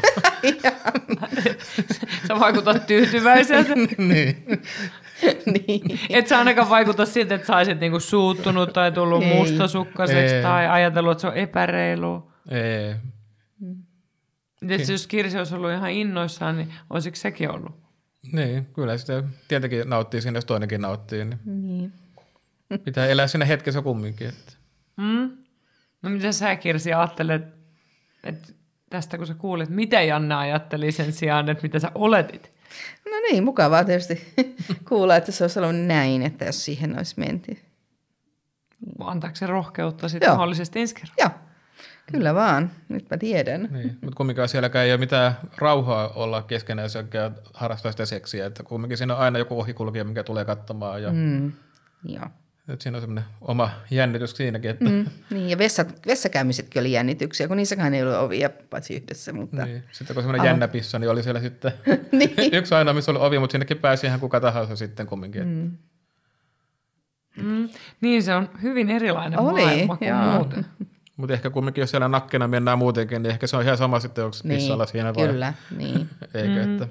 Sä vaikutat tyytyväiseltä. Niin. niin. Et sä ainakaan vaikuta siltä, että sä olisit niinku suuttunut tai tullut Ei. mustasukkaseksi Ei. tai ajatellut, että se on epäreilu. Ei. Tietysti jos Kirsi olisi ollut ihan innoissaan, niin olisiko sekin ollut? Niin, kyllä sitä tietenkin nauttii siinä, jos toinenkin nauttii. Niin Niin. pitää elää siinä hetkessä kumminkin. Että. Mm? No mitä sä Kirsi ajattelet että tästä, kun sä kuulit, mitä Janne ajatteli sen sijaan, että mitä sä oletit? No niin, mukavaa tietysti kuulla, että se olisi ollut näin, että jos siihen olisi menty. Antaako se rohkeutta sitten Joo. mahdollisesti ensi kerran? Joo, Kyllä vaan, nyt mä tiedän. Niin, mutta kumminkaan sielläkään ei ole mitään rauhaa olla keskenään, jos harrastaa sitä seksiä. Että kumminkin siinä on aina joku ohikulkija, mikä tulee katsomaan. Ja Mm, joo. että siinä on semmoinen oma jännitys siinäkin. Että Mm, niin, ja vessat, vessakäymisetkin oli jännityksiä, kun niissäkään ei ollut ovia paitsi yhdessä. Mutta... niin. Sitten kun semmoinen jännä pissa, niin oli siellä sitten Niin. yksi aina, missä oli ovi, mutta sinnekin pääsi ihan kuka tahansa sitten kumminkin. Mm. Mm. Niin se on hyvin erilainen Oli, maailma kuin joo. muuten. Mutta ehkä kumminkin, jos siellä nakkena mennään muutenkin, niin ehkä se on ihan sama sitten, onko Niin, pissalla siinä vai kyllä, niin. eikö. Mm. Että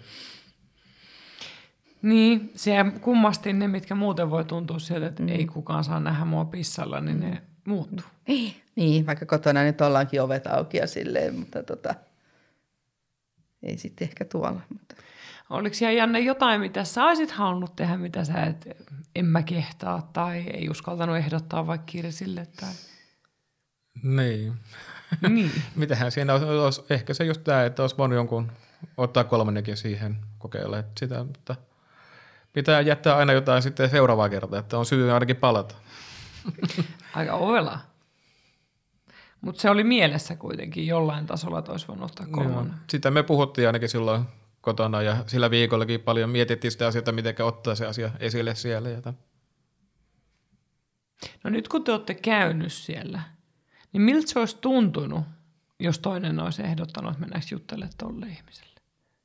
Niin, se kummasti ne, mitkä muuten voi tuntua sieltä, että mm. ei kukaan saa nähdä mua pissalla, niin ne muuttuu. Niin, vaikka kotona nyt ollaankin ovet auki ja silleen, mutta tota, ei sitten ehkä tuolla. Mutta. Oliko siellä, Janne, jotain, mitä sä olisit halunnut tehdä, mitä sä et, en mä kehtaa tai ei uskaltanut ehdottaa vaikka Kirsille? Tai... niin. Niin. Mitähän siinä olisi, olisi, ehkä se just tämä, että olisi voinut jonkun ottaa kolmannenkin siihen kokeilla, että sitä, mutta pitää jättää aina jotain sitten seuraavaa kertaa, että on syy ainakin palata. Aika ovela. Mutta se oli mielessä kuitenkin jollain tasolla, että olisi voinut ottaa kolmannen. Joo. Sitä me puhuttiin ainakin silloin kotona ja sillä viikollakin paljon mietittiin sitä asiaa, miten ottaa se asia esille siellä. Ja no nyt kun te olette käynyt siellä, niin miltä se olisi tuntunut, jos toinen olisi ehdottanut, että mennäänkö juttelemaan tolle ihmiselle?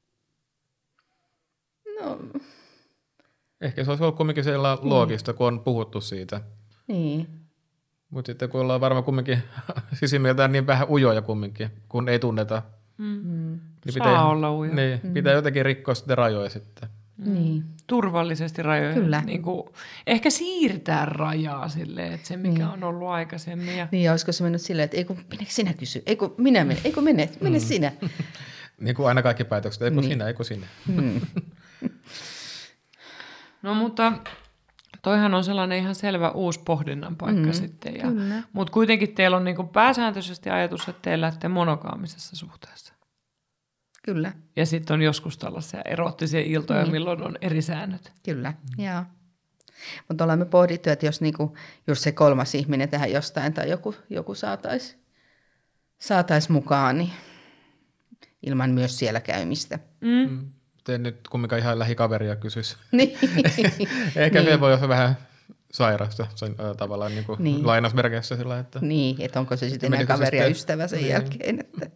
No, ehkä se olisi ollut kumminkin sellainen loogista, kun on puhuttu siitä. niin. Mutta sitten kun ollaan varmaan kumminkin sisimmiltään niin vähän ujoja kumminkin, kun ei tunneta. Mm. Niin Saa pitää, olla ujo. Niin, mm. pitää jotenkin rikkoa sitten rajoja sitten. Mm. Niin. Turvallisesti rajoja. Kyllä. Niin kuin, ehkä siirtää rajaa silleen, että se mikä mm. on ollut aikaisemmin. Ja... Niin, ja olisiko se mennyt silleen, että ei kun minä sinä kysy, ei kun minä menen, ei kun mene, mene mm. sinä. Niin kuin aina kaikki päätökset, ei kun niin. sinä, ei kun sinä. Mm. No mutta toihan on sellainen ihan selvä uusi pohdinnan paikka Mm, sitten. Ja, kyllä. mutta kuitenkin teillä on niinku pääsääntöisesti ajatus, että te elätte monogaamisessa suhteessa. Kyllä, Ja sitten on joskus tällaisia eroottisia iltoja, Niin. milloin on eri säännöt. kyllä, mm. joo. Mutta ollaan me pohdittu, että jos niinku, just se kolmas ihminen tähän jostain tai joku, joku saataisiin saatais mukaan, niin ilman myös siellä käymistä. Mm. Mm. Te nyt kumminkaan ihan lähikaveria kysyisi. Niin. Ehkä niin. se voi olla vähän sairasta sen, äh, tavallaan niin kuin Niin. lainausmerkeissä sillä, että Niin, että onko se sitten enää menikö se kaveri ja sitten- ystävä sen niin. jälkeen. Että.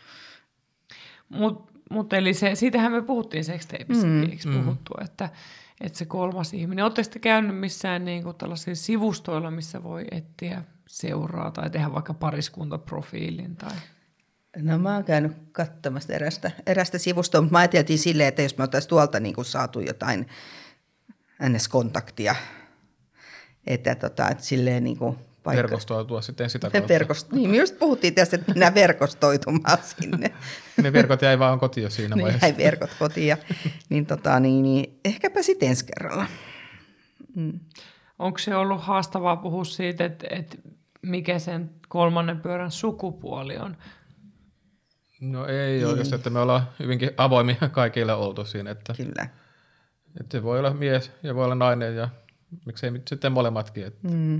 Mutta mut eli se, siitähän me puhuttiin sextapeissakin, Mm, eikö puhuttu, että, että se kolmas ihminen. Oletteko te käynyt missään niinku tällaisilla sivustoilla, missä voi etsiä seuraa tai tehdä vaikka pariskuntaprofiilin? Tai... No mä oon käynyt katsomassa erästä, erästä sivustoa, mutta mä ajateltiin silleen, että jos me oltaisiin tuolta niin kuin saatu jotain N S-kontaktia, että, tota, että silleen niin kuin paikka... verkostoitua sitten sitä kautta. Verkost... Niin, me just puhuttiin tästä, että mennään verkostoitumaan sinne. Ne verkot jäi vaan kotiin siinä Niin vaiheessa. jäi verkot kotiin. Ja, niin, tota, niin, niin, ehkäpä sitten ensi kerralla. Mm. Onko se ollut haastavaa puhua siitä, että, että mikä sen kolmannen pyörän sukupuoli on? No ei ole, jos että me ollaan hyvinkin avoimia kaikille oltu siinä, että, Kyllä. että se voi olla mies ja voi olla nainen ja miksei nyt sitten molemmatkin. Että, Mm.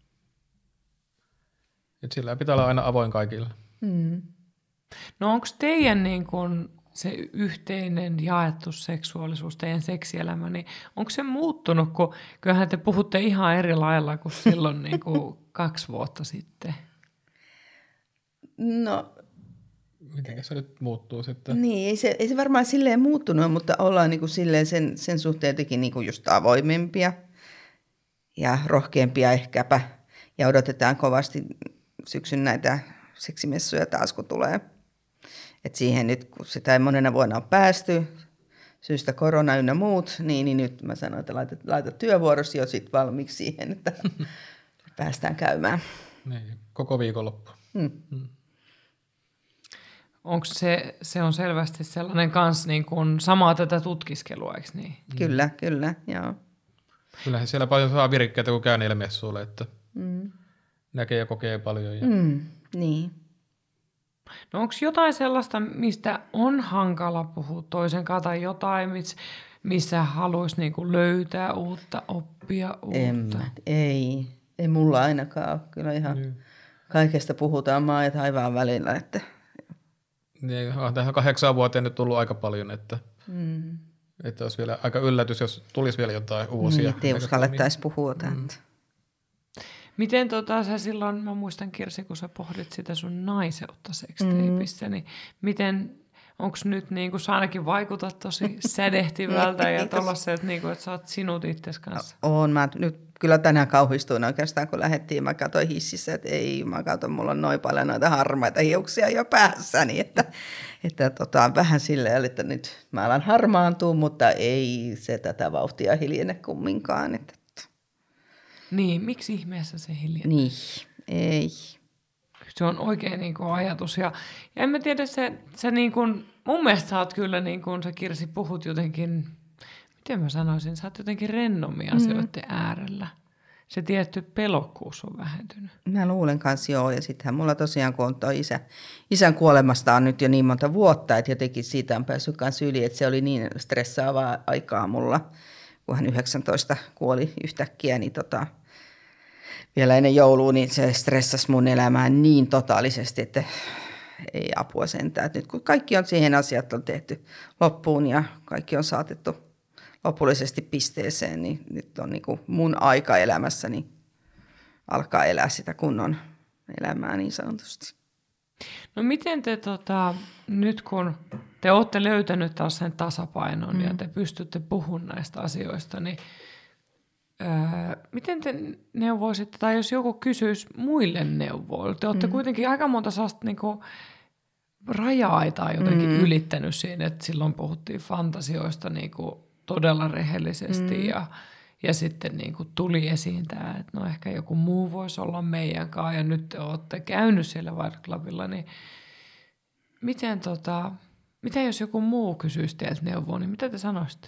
että sillä pitää olla aina avoin kaikille. Mm. No onko teidän niin kun se yhteinen jaettu seksuaalisuus, teidän seksielämä, niin onko se muuttunut, kun kyllähän te puhutte ihan eri lailla kuin silloin niin kuin kaksi vuotta sitten? No Miten se nyt muuttuu sitten? niin, ei se, ei se varmaan silleen muuttunut, mutta ollaan niin kuin silleen sen, sen suhteen jotenkin niin kuin just avoimempia ja rohkeampia ehkäpä. Ja odotetaan kovasti syksyn näitä seksimessuja taas, kun tulee. Et siihen nyt, kun sitä ei monena vuonna on päästy, syystä korona ynnä muut, niin, niin nyt mä sanoin, että laita, laita työvuorosi jo sit valmiiksi siihen, että päästään käymään. Niin, koko viikonloppu. Hmm. Mm. Onko se, se on selvästi sellainen kans niin kuin samaa tätä tutkiskelua, eikö niin? Kyllä, kyllä, joo. Kyllähän siellä paljon saa virikkeitä, kun käy niillä messuilla, että Mm. näkee ja kokee paljon. Ja... Mm. Niin. No onko jotain sellaista, mistä on hankala puhua toisen kanssa tai jotain, miss, missä haluaisi niinku löytää uutta, oppia uutta? En mä, ei, ei mulla ainakaan ole kyllä ihan Mm. kaikesta puhutaan maan ja taivaan välillä. Että. Niin, on tähän kahdeksaan vuoteen nyt tullut aika paljon, että, Mm. että olisi vielä aika yllätys, jos tulisi vielä jotain uusia. Niin, ei uskallettaisi puhua mm. Miten tota, sä silloin, mä muistan Kirsi, kun sä pohdit sitä sun naiseutta sextapeissa, mm. niin miten, onko nyt, niin kuin sä ainakin vaikutat tosi sädehtivältä ja tollaiset, niin kuin, että sä oot sinut itses kanssa? Oon, mä nyt kyllä tänään kauhistuin oikeastaan, kun lähdettiin, mä katsoin hississä, että ei, mä katson, mulla on noin paljon noita harmaita hiuksia jo päässäni, että, että tota, vähän silleen, että nyt mä alan harmaantua, mutta ei se tätä vauhtia hiljene kumminkaan, että. Niin, miksi ihmeessä se hiljenee? Niin, ei. Se on oikein niin kuin ajatus. Ja, ja en mä tiedä, se, se niin kuin, mun mielestä sä oot kyllä, niin kuin sä Kirsi puhut jotenkin, miten mä sanoisin, sä oot jotenkin rennommin asioiden mm. äärellä. Se tietty pelokkuus on vähentynyt. Mä luulen kanssa joo, ja sittenhän mulla tosiaan, kun on toi isä, isän kuolemasta on nyt jo niin monta vuotta, että jotenkin siitä on päässyt kanssa yli, että se oli niin stressaavaa aikaa mulla, kun hän yhdeksäntoista kuoli yhtäkkiä, niin tota, vielä ennen joulua, niin se stressasi mun elämää niin totaalisesti, että ei apua sentään. Nyt kun kaikki on siihen asiat on tehty loppuun ja kaikki on saatettu lopullisesti pisteeseen, niin nyt on niin kuin mun aika elämässäni alkaa elää sitä kunnon elämää niin sanotusti. No miten te tota, nyt kun te olette löytänyt taas sen tasapainon mm. ja te pystytte puhumaan näistä asioista, niin Öö, miten te neuvoisitte, tai jos joku kysyisi muille neuvoa, te olette mm. kuitenkin aika monta sellaista niinku raja-aitaa jotenkin mm. ylittänyt siinä, että silloin puhuttiin fantasioista niinku todella rehellisesti mm. ja, ja sitten niinku tuli esiin tämä, että no ehkä joku muu voisi olla meidän kanssa ja nyt te olette käynyt siellä Wild Clubilla, niin miten, tota, miten jos joku muu kysyisi teiltä neuvoa, niin mitä te sanoisitte?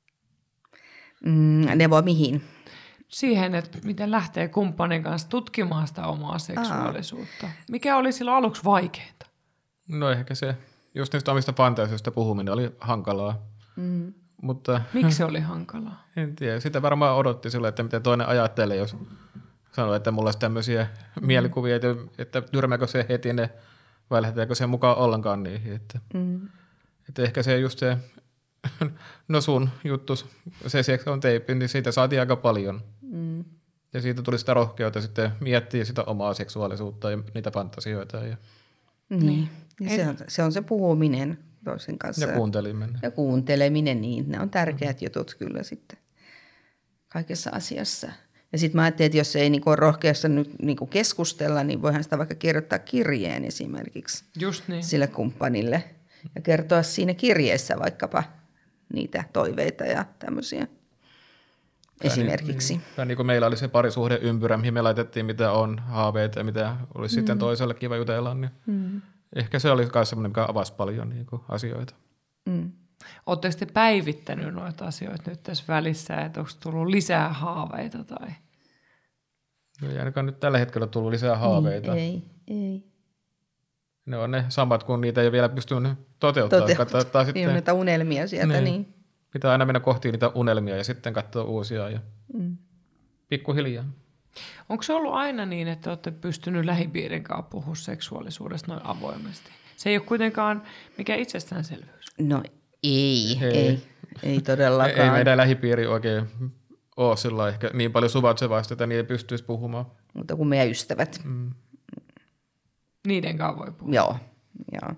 Mm, neuvoa mihin? Siihen, että miten lähtee kumppanin kanssa tutkimaan sitä omaa seksuaalisuutta. Mikä oli silloin aluksi vaikeinta? No ehkä se, just niistä omista fantasioista puhuminen oli hankalaa. Mm. Mutta, miksi se oli hankalaa? En tiedä. Sitä varmaan odotti silloin, että miten toinen ajattelee, jos sanoo, että mulla olisi tämmöisiä mm. mielikuvia, että, että tyrmääkö se heti ne vai lähdetäänkö se mukaan ollenkaan niihin. Että, mm. että ehkä se just se, no sun juttus, se sex on teipi, niin siitä saatiin aika paljon. Mm. Ja siitä tuli sitä rohkeutta sitten miettiä sitä omaa seksuaalisuutta ja niitä fantasioita. Ja niin, ja se, on, se on se puhuminen toisen kanssa. Ja kuunteleminen. Ja kuunteleminen, niin ne on tärkeät jutut kyllä sitten kaikessa asiassa. Ja sitten mä ajattelin, että jos ei niinku ole rohkeassa nyt niinku keskustella, niin voihan sitä vaikka kirjoittaa kirjeen esimerkiksi. Just niin. Sille kumppanille. Ja kertoa siinä kirjeessä vaikkapa niitä toiveita ja tämmöisiä esimerkiksi. Niin, niin. niin kuin meillä oli se parisuhdeympyrä, mihin me laitettiin mitä on haaveita ja mitä olisi mm. sitten toiselle kiva jutella, niin mm. ehkä se oli myös semmoinen, mikä avasi paljon niin kuin asioita. Mm. Oletteko te päivittänyt noita asioita nyt tässä välissä, että onko tullut lisää haaveita? Tai? No ei ainakaan nyt tällä hetkellä tullut lisää haaveita. Ei, ei. Ne on ne samat, kun niitä ei vielä pystynyt toteuttamaan. Toteuttaa. Niin on niitä unelmia sieltä. Niin. niin. Pitää aina mennä kohti niitä unelmia ja sitten katsoa uusia ja mm. pikkuhiljaa. Onko se ollut aina niin, että olette pystynyt lähipiirin kanssa puhua seksuaalisuudesta noin avoimesti? Se ei ole kuitenkaan mikään itsestäänselvyys. No ei, ei, ei, ei todellakaan. Ei meidän lähipiiri oikein ole sillä ehkä niin paljon suvaitsevaista, että niitä ei pystyisi puhumaan. Mutta kuin meidän ystävät. Mm. Niiden kanssa voi puhua. Joo, joo.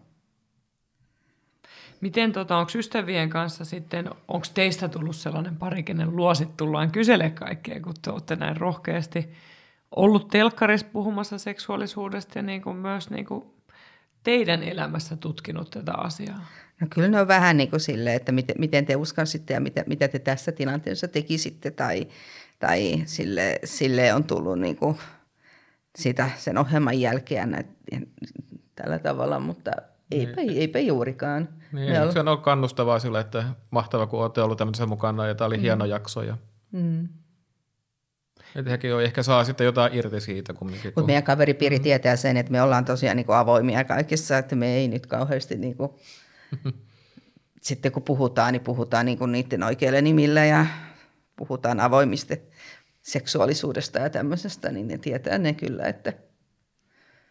Miten, tota, onko ystävien kanssa sitten, onko teistä tullut sellainen pari, kenen luosit tullaan kysele kaikkea, kun te olette näin rohkeasti ollut telkkarissa puhumassa seksuaalisuudesta ja niin kuin myös niin kuin teidän elämässä tutkinut tätä asiaa? No kyllä ne on vähän niin kuin silleen, että miten, miten te uskalsitte ja mitä, mitä te tässä tilanteessa tekisitte tai, tai sille, sille on tullut niin kuin sitä sen ohjelman jälkeen näin, tällä tavalla, mutta eipä, niin. eipä juurikaan. Niin, se on ollut kannustavaa sillä, että mahtava, kun olette ollut tämmöisessä mukana ja tämä oli mm. hieno jakso. Ja mm. että hekin ehkä saa sitten jotain irti siitä kumminkin. Mutta kun meidän kaveripiiri mm. tietää sen, että me ollaan tosiaan niin kuin avoimia kaikissa, että me ei nyt kauheasti niin kuin sitten kun puhutaan, niin puhutaan niin kuin niiden oikeilla nimillä ja puhutaan avoimisesti seksuaalisuudesta ja tämmöisestä, niin ne tietää ne kyllä, että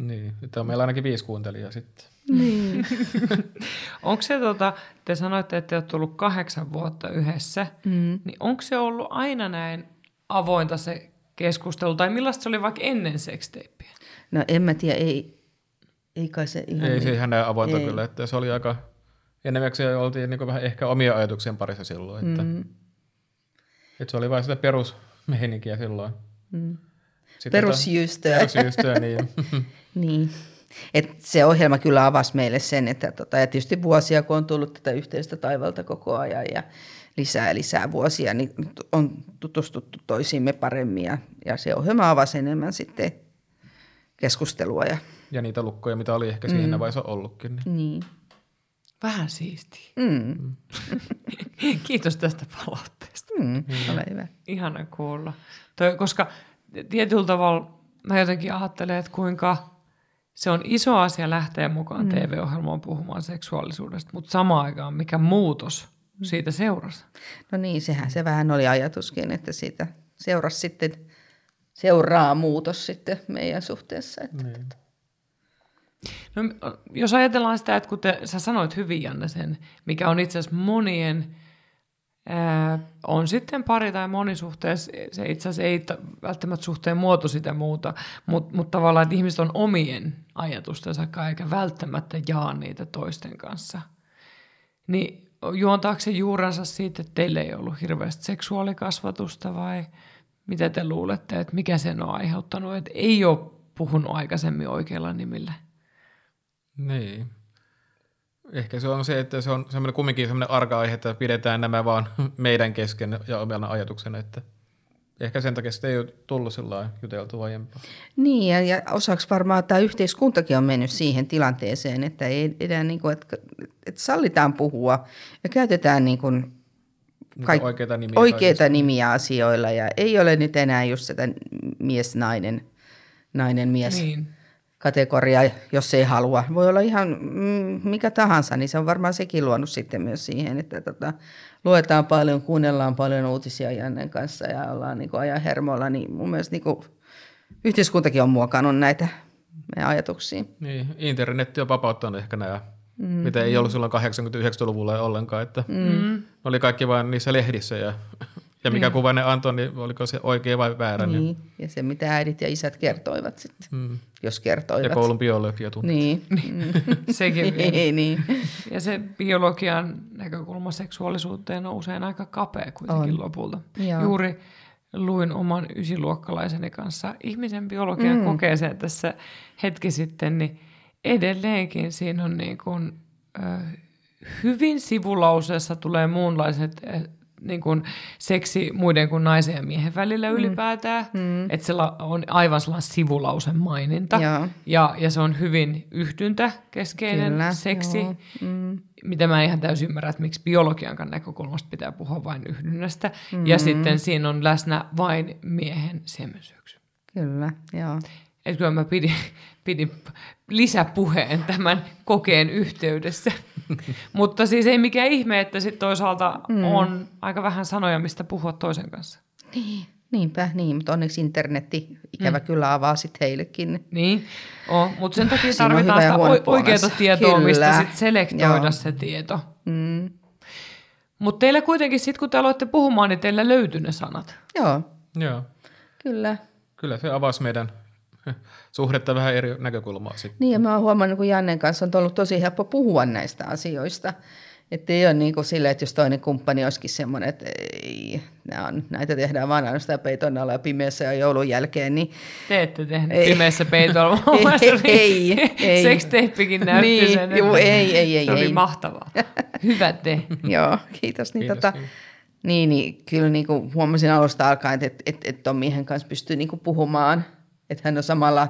Niin, nyt on meillä ainakin viisi kuuntelijaa sitten. Niin. Onko se, tota, te sanoitte, että te olette ollut kahdeksan vuotta yhdessä, mm. niin onko se ollut aina näin avointa se keskustelu, tai millaista se oli vaikka ennen sextapeä? No en mä tiedä, ei, ei kai se ihan... Ei se niin. ihan näin avointa ei. kyllä, että se oli aika... Ennemmäksi oltiin niin vähän ehkä omia ajatuksien parissa silloin, että, mm. että se oli vain sitä perusmeininkiä silloin. Mm. Perusjystöä. Perusjystöä, niin. Niin. Et se ohjelma kyllä avasi meille sen, että tota, ja tietysti vuosia, kun on tullut tätä yhteistä taivalta koko ajan ja lisää ja lisää vuosia, niin on tutustuttu toisiimme paremmin ja, ja se ohjelma avasi enemmän sitten keskustelua. Ja, ja niitä lukkoja, mitä oli ehkä siinä mm. vaiheessa ollutkin. Niin. niin. Vähän siistiä. Mm. Kiitos tästä palautteesta. Mm. Ole hyvä. Ihana kuulla. Toi, koska tietyllä tavalla mä jotenkin ajattelen, että kuinka se on iso asia lähteä mukaan mm. T V-ohjelmaan puhumaan seksuaalisuudesta, mutta samaan aikaan mikä muutos siitä seurasi. No niin, sehän se vähän oli ajatuskin, että siitä seurasi sitten, seuraa muutos sitten meidän suhteessa. Että niin. No, jos ajatellaan sitä, että kun te, sä sanoit hyvin, Janne, sen, mikä on itse asiassa monien, ää, on sitten pari tai monisuhteessa, se itse asiassa ei t- välttämättä suhteen muoto sitä muuta, mutta mut tavallaan, että ihmiset on omien ajatustensa eikä välttämättä jaa niitä toisten kanssa. Niin juontaako se juurensa siitä, että teillä ei ollut hirveästi seksuaalikasvatusta vai mitä te luulette, että mikä sen on aiheuttanut, että ei ole puhunut aikaisemmin oikealla nimillä? Niin. Ehkä se on se, että se on semmoinen kumminkin semmoinen arka-aihe, että pidetään nämä vaan meidän kesken ja omana ajatuksena, että ehkä sen takia sitä ei ole tullut sellainen juteltu aiempaa. Niin, ja, ja osaksi varmaan tämä yhteiskuntakin on mennyt siihen tilanteeseen, että ei enää niin kuin, että, että sallitaan puhua ja käytetään niin kuin kaik- oikeita nimiä, oikeita nimiä asioilla ja ei ole nyt enää just sitä mies-nainen, nainen-mies. Niin. Kategoria, jos ei halua. Voi olla ihan mm, mikä tahansa, niin se on varmaan sekin luonut sitten myös siihen, että tota, luetaan paljon, kuunnellaan paljon uutisia Jannen kanssa ja ollaan niin kuin ajan hermolla, niin mun mielestä niin kuin yhteiskuntakin on muokannut näitä meidän ajatuksia. Niin, internetti on vapauttanut ehkä nämä, mm. mitä ei ollut silloin kahdeksankymmentä-yhdeksänkymmentäluvulla ollenkaan, että mm. oli kaikki vain niissä lehdissä ja Ja mikä niin. kuva ne antoi, niin oliko se oikea vai väärä? Niin, niin. Ja se mitä äidit ja isät kertoivat sitten, mm. jos kertoivat. Ja koulun biologia tuntuu. Niin. Mm. Sekin niin, niin. Ja se biologian näkökulma seksuaalisuuteen on usein aika kapea kuitenkin on. Lopulta. Joo. Juuri luin oman ysiluokkalaiseni kanssa ihmisen biologian mm. kokeeseen tässä hetki sitten, niin edelleenkin siinä on niin kuin, äh, hyvin sivulauseessa tulee muunlaiset niin kuin seksi muiden kuin naisen ja miehen välillä mm. ylipäätään. Mm. Että se on aivan sellainen sivulausen maininta. Ja, ja se on hyvin yhdyntäkeskeinen Kyllä, seksi. Mm. Mitä mä en ihan täysin ymmärrä, että miksi biologiankaan näkökulmasta pitää puhua vain yhdynnästä. Mm. Ja sitten siinä on läsnä vain miehen siemensyöksy. Kyllä, joo. Että kyllä mä pidin, pidin lisäpuheen tämän kokeen yhteydessä. Mutta siis ei mikään ihme, että sitten toisaalta mm. on aika vähän sanoja, mistä puhua toisen kanssa. Niin, niinpä, niin, mutta onneksi internetti ikävä mm. kyllä avaa sitten heillekin. Niin, on, mutta sen takia tarvitaan sitä oikeaa tietoa, kyllä. mistä sitten selektoida Joo. se tieto. Mm. Mutta teillä kuitenkin sitten, kun te aloitte puhumaan, niin teillä löytyi ne sanat. Joo, Joo. kyllä. Kyllä se avasi meidän suhdetta vähän eri näkökulmaa sitten. Niin, ja mä oon huomannut, kun Jannen kanssa on ollut tosi helppo puhua näistä asioista. Että ei ole niin kuin silleen, että jos toinen kumppani olisikin semmoinen, että ei, on, näitä tehdään vaan ainoastaan peiton alla ja pimeässä ja joulun jälkeen. Niin te ette tehneet pimeässä peitolla. ei, ei, ei. Sextapekin näytti niin, sen. Juu, ei, ei, ei. Se oli ei. mahtavaa. Hyvä te. Joo, kiitos. Niin, kiitos tota, niin, niin kyllä niin kuin huomasin alusta alkaen, että, että, että ton miehen kanssa pystyy niin kuin puhumaan. Että hän on samalla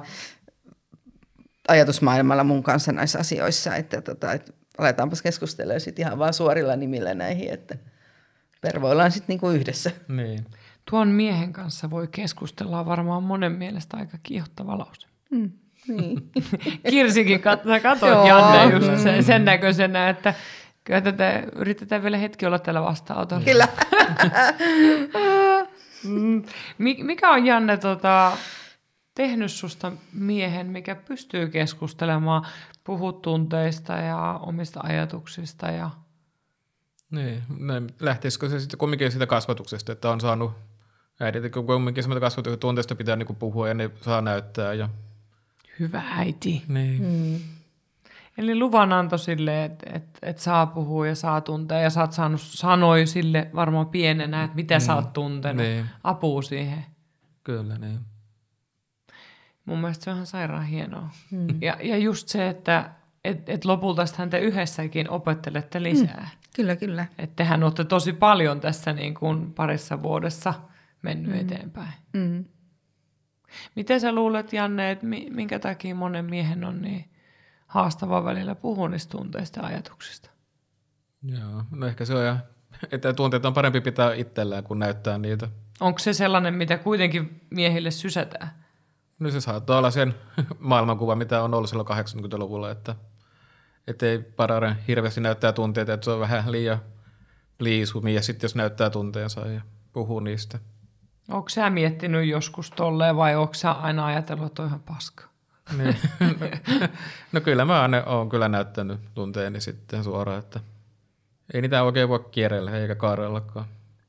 ajatusmaailmalla mun kanssa näissä asioissa, että, tota, että aletaanpas keskustelemaan sitten ihan vaan suorilla nimillä näihin, että pervoillaan sitten niinku yhdessä. Niin. Tuon miehen kanssa voi keskustella varmaan monen mielestä aika kiihottava lause. Mm, niin. Kirsikin kat- katsoit Janne just sen, sen näköisenä, että kyllä tätä yritetään vielä hetki olla täällä vastaanotolla. Kyllä. Mikä on Janne tota... tehnyt susta miehen, mikä pystyy keskustelemaan, puhua tunteista ja omista ajatuksista ja... Niin, näin, lähtisikö se sitten kumminkin siitä kasvatuksesta, että on saanut äidiltä kumminkin semmoista kasvatuksesta, tunteista pitää niinku puhua ja ne saa näyttää. Ja... Hyvä äiti. Niin. Mm. Eli luvan antoi sille, että et, et saa puhua ja saa tuntea ja sä oot saanut sanoja sille varmaan pienenä, että mitä mm. sä oot tuntenut, niin. apua siihen. Kyllä, niin. Mun mielestä se on ihan sairaan hienoa. Mm. Ja, ja just se, että et, et lopulta hän te yhdessäkin opettelette lisää. Mm. Kyllä, kyllä. Että tehän olette tosi paljon tässä niin kuin parissa vuodessa mennyt mm. eteenpäin. Mm. Miten sä luulet, Janne, että minkä takia monen miehen on niin haastava välillä puhua niistä tunteista ja ajatuksista? Joo, no ehkä se on, ja, että tunteet on parempi pitää itsellään kuin näyttää niitä. Onko se sellainen, mitä kuitenkin miehille sysätään? No se saattaa olla sen maailmankuva, mitä on ollut silloin kahdeksankymmentäluvulla, että ei parane hirveästi näyttää tunteita, että se on vähän liian pliisumi, ja sitten jos näyttää tunteensa ja puhuu niistä. Onko sä miettinyt joskus tolleen vai onko sä aina ajatellut, että on ihan paska? Niin. No, no kyllä mä aina olen kyllä näyttänyt tunteeni sitten suoraan, että ei niitä oikein voi kierrellä eikä kaarrellakaan.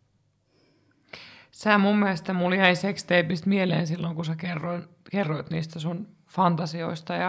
Sä mun mielestä mulla jäi sextapeista mieleen silloin, kun sä kerroit, kerroit niistä sun fantasioista ja,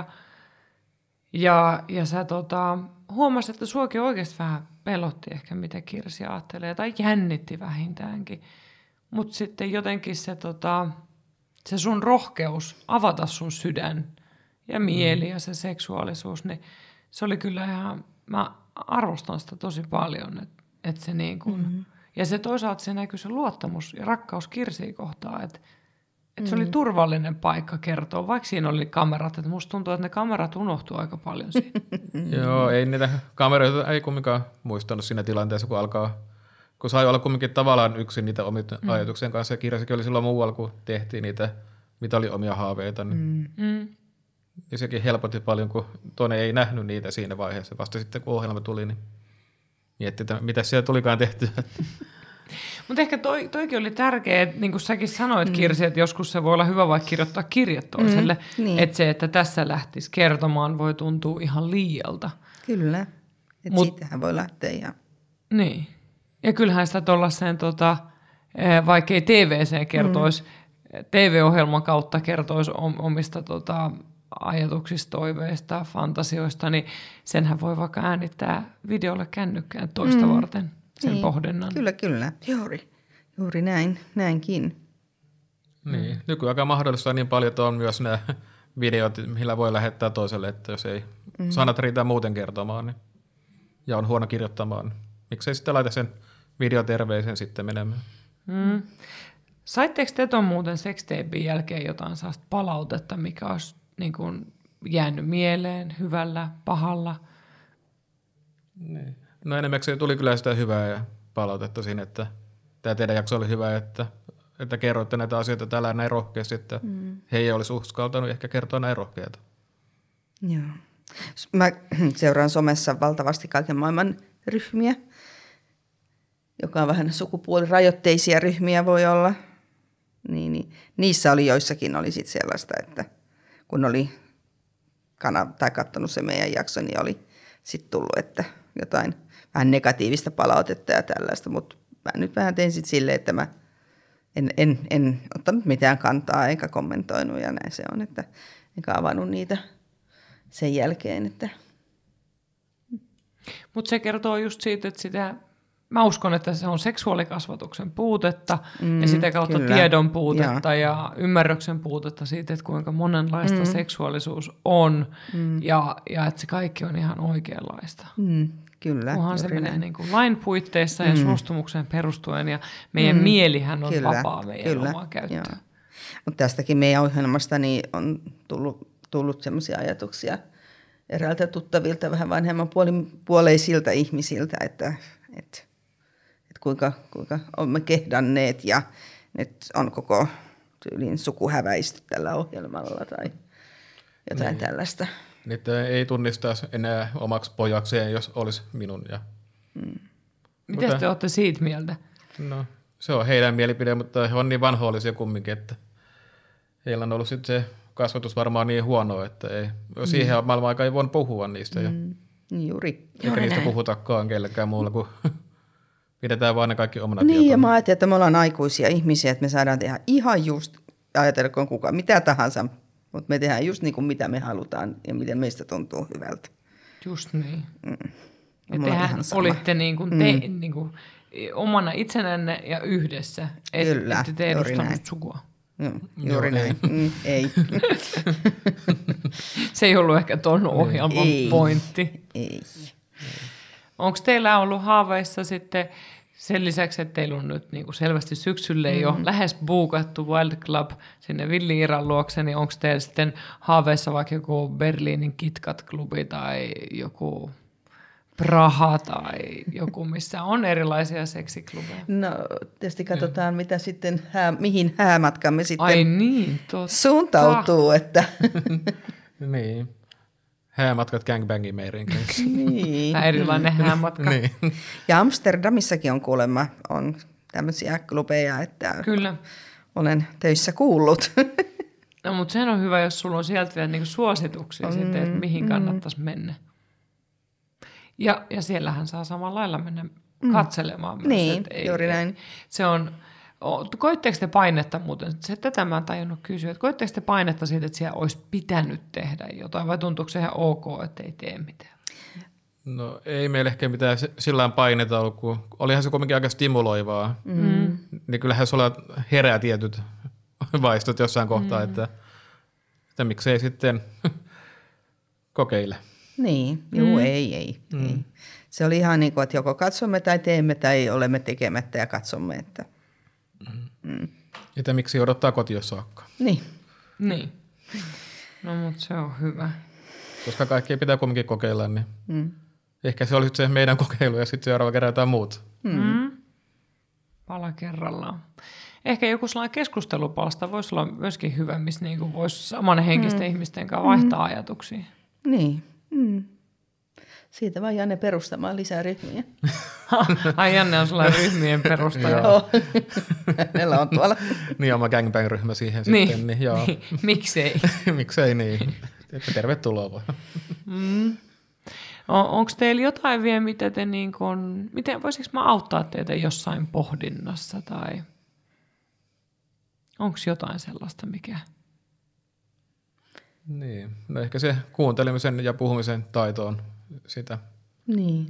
ja, ja sä tota, huomasit, että suokin oikeasti vähän pelotti ehkä, mitä Kirsi ajattelee, tai jännitti vähintäänkin. Mutta sitten jotenkin se, tota, se sun rohkeus avata sun sydän ja mieli mm. ja se seksuaalisuus, niin se oli kyllä ihan, mä arvostan sitä tosi paljon, että et se niin kuin, mm-hmm. ja se toisaalta se näkyy se luottamus ja rakkaus Kirsiä kohtaan, että et mm-hmm. se oli turvallinen paikka kertoa, vaikka siinä oli kamerat, että musta tuntuu, että ne kamerat unohtuu aika paljon siinä. Joo, ei niitä kameroita ei kumminkaan muistanut siinä tilanteessa, kun alkaa, kun sai olla kumminkin tavallaan yksin niitä omien mm. ajatuksien kanssa, ja Kirsikin oli silloin muualla, kun tehtiin niitä, mitä oli omia haaveita, niin mm. ja sekin helpotti paljon, kun toinen ei nähnyt niitä siinä vaiheessa. Vasta sitten, kun ohjelma tuli, niin mietti, että mitä siellä tulikaan tehtyä. Mutta ehkä toi, toikin oli tärkeä, että niin kuin säkin sanoit, mm. Kirsi, että joskus se voi olla hyvä vaikka kirjoittaa kirjat toiselle. Mm, niin. Että se, että tässä lähtisi kertomaan, voi tuntua ihan liialta. Kyllä, että Mut, siitähän voi lähteä ihan. Niin, ja kyllähän sitä tuollaiseen, tota, vaikka ei T V-seen kertoisi, mm. T V-ohjelman kautta kertoisi omista tota, ajatuksista, toiveista, fantasioista, niin senhän voi vaikka äänittää videolle kännykkään toista mm. varten sen niin. pohdinnan. Kyllä, kyllä. Juuri, juuri näin, näinkin. Niin. Mm. Nykyaikaan mahdollistaa niin paljon, että on myös nämä videot, millä voi lähettää toiselle, että jos ei mm. sanat riitä muuten kertomaan niin, ja on huono kirjoittamaan, niin miksei sitten laita sen videoterveisen sitten menemään. Mm. Saitteko te ton muuten sextapin jälkeen jotain sellaista palautetta, mikä olisi niin kuin jäänyt mieleen hyvällä, pahalla? Niin. No enimmäkseen tuli kyllä sitä hyvää ja palautetta siinä, että tämä teidän jakso oli hyvä, että, että kerroitte näitä asioita täällä näin rohkeasti, että mm. he ei olisi uskaltanut ehkä kertoa näin rohkeata. Joo. Mä seuraan somessa valtavasti kaiken maailman ryhmiä, joka on vähän sukupuolirajoitteisia ryhmiä voi olla. Niin, niin. Niissä oli joissakin oli sit sellaista, että kun oli kana- tai katsonut se meidän jakso, niin oli sitten tullut, että jotain vähän negatiivista palautetta ja tällaista, mutta mä nyt vähän tein sitten silleen, että mä en, en, en ottanut mitään kantaa eikä kommentoinut ja näin se on, että enkä avannut niitä sen jälkeen. Että... Mutta se kertoo just siitä, että sitä, mä uskon, että se on seksuaalikasvatuksen puutetta mm, ja sitä kautta kyllä. tiedon puutetta ja. ja ymmärryksen puutetta siitä, että kuinka monenlaista mm. seksuaalisuus on mm. ja, ja että se kaikki on ihan oikeanlaista. Mm, kyllä. Kunhan se menee niin kuin lain puitteissa ja mm. suostumukseen perustuen ja meidän mm, mielihän on kyllä, vapaa meidän kyllä, omaa käyttöön. Mutta tästäkin meidän ohjelmasta niin on tullut, tullut sellaisia ajatuksia eräältä tuttavilta vähän vanhemman puoleisilta ihmisiltä, että... että Kuinka, kuinka olemme kehdanneet ja nyt on koko tyylin suku häväisty tällä ohjelmalla tai jotain niin. tällaista. Niitä ei tunnistaisi enää omaksi pojakseen, jos olisi minun. Ja... Hmm. Miten te olette siitä mieltä? No, se on heidän mielipide, mutta he on niin vanhoillisia kumminkin, että heillä on ollut sitten se kasvatus varmaan niin huono, että ei, siihen mm. maailman aikaan ei voinut puhua niistä. Ja Mm. Juuri. eikä Juuri niistä näin. puhutakaan kellekään muulla kuin pidetään vaan ne kaikki omana Niin, ja tietona. mä ajattelin, että me ollaan aikuisia ihmisiä, että me saadaan tehdä ihan just, ajatelkoon kukaan, mitä tahansa, mutta me tehdään just niin kuin mitä me halutaan ja miten meistä tuntuu hyvältä. Just niin. Mm. Ja Mulla on tehän ihan sama. olitte niin kuin te, mm. niin kuin omana itsenänne ja yhdessä. Et, Kyllä, ette te juuri edustanut näin. sukua. Mm, juuri Joo, näin. Mm, ei. Se ei ollut ehkä ton ohjelman Ei. pointti. ei. Onko teillä ollut haaveissa sitten sen lisäksi, että teillä on nyt niin kuin selvästi syksylle jo mm-hmm. lähes buukattu Wild Club sinne Villi-Iiran luokse, niin onko teillä sitten haaveissa vaikka joku Berliinin KitKat-klubi tai joku Praha tai joku, missä on erilaisia seksiklubeja? No tietysti katsotaan, mitä sitten, hää, mihin häämatkamme sitten Ai niin, totta. suuntautuu. Että. Niin. Häämatkat gangbangin meirin kanssa. niin. Tämä erilainen häämatka. niin. Ja Amsterdamissakin on kuulemma on tämmöisiä klubeja, että Kyllä. olen töissä kuullut. No, mutta sehän on hyvä, jos sulla on sieltä vielä niinku suosituksia mm, sitten, että mihin mm. kannattaisi mennä. Ja, ja siellähän saa samalla lailla mennä mm. katselemaan myös. Niin, että ei, juuri näin. Se on, koitteko te painetta muuten, se, tätä mä en tajunnut kysyä, että koitteko te painetta siitä, että siellä olisi pitänyt tehdä jotain, vai tuntuuko se ihan ok, että ei tee mitään? No ei meillä ehkä mitään sillä painetta ollut, kun olihan se kuitenkin aika stimuloivaa. Mm. Niin kyllähän sulla herää tietyt vaistot jossain kohtaa, mm. että, että miksei sitten kokeile. Niin, juu, mm. ei, ei, mm. ei. Se oli ihan niin kuin, että joko katsomme tai teemme tai olemme tekemättä ja katsomme. Että. Mm. Että miksi odottaa kotiin saakka. Niin. Niin. No, mutta se on hyvä. Koska kaikkia pitää kuitenkin kokeilla, niin Mm. ehkä se olisi se meidän kokeilu ja sitten seuraava kerran jotain muuta. Mm. Pala kerrallaan. Ehkä joku sellainen keskustelupalsta voisi olla myöskin hyvä, missä niinku voisi samanhenkisten mm. ihmisten kanssa vaihtaa mm. ajatuksia. Niin. Mm. Siitä vaan Janne perustamaan lisää ryhmiä. Ai Janne on sellainen ryhmien perustaja. Joo. Meillä on tuolla. Niin oma gangbang-ryhmä siihen niin. sitten. Niin, joo. Niin. Miksei? Miksei niin? Että tervetuloa vaan. Mm. Onko teillä jotain vielä, mitä te niin kun, miten, voisinko mä auttaa teitä jossain pohdinnassa tai onko jotain sellaista, mikä? Niin, no ehkä se kuuntelemisen ja puhumisen taito on sitä, Niin.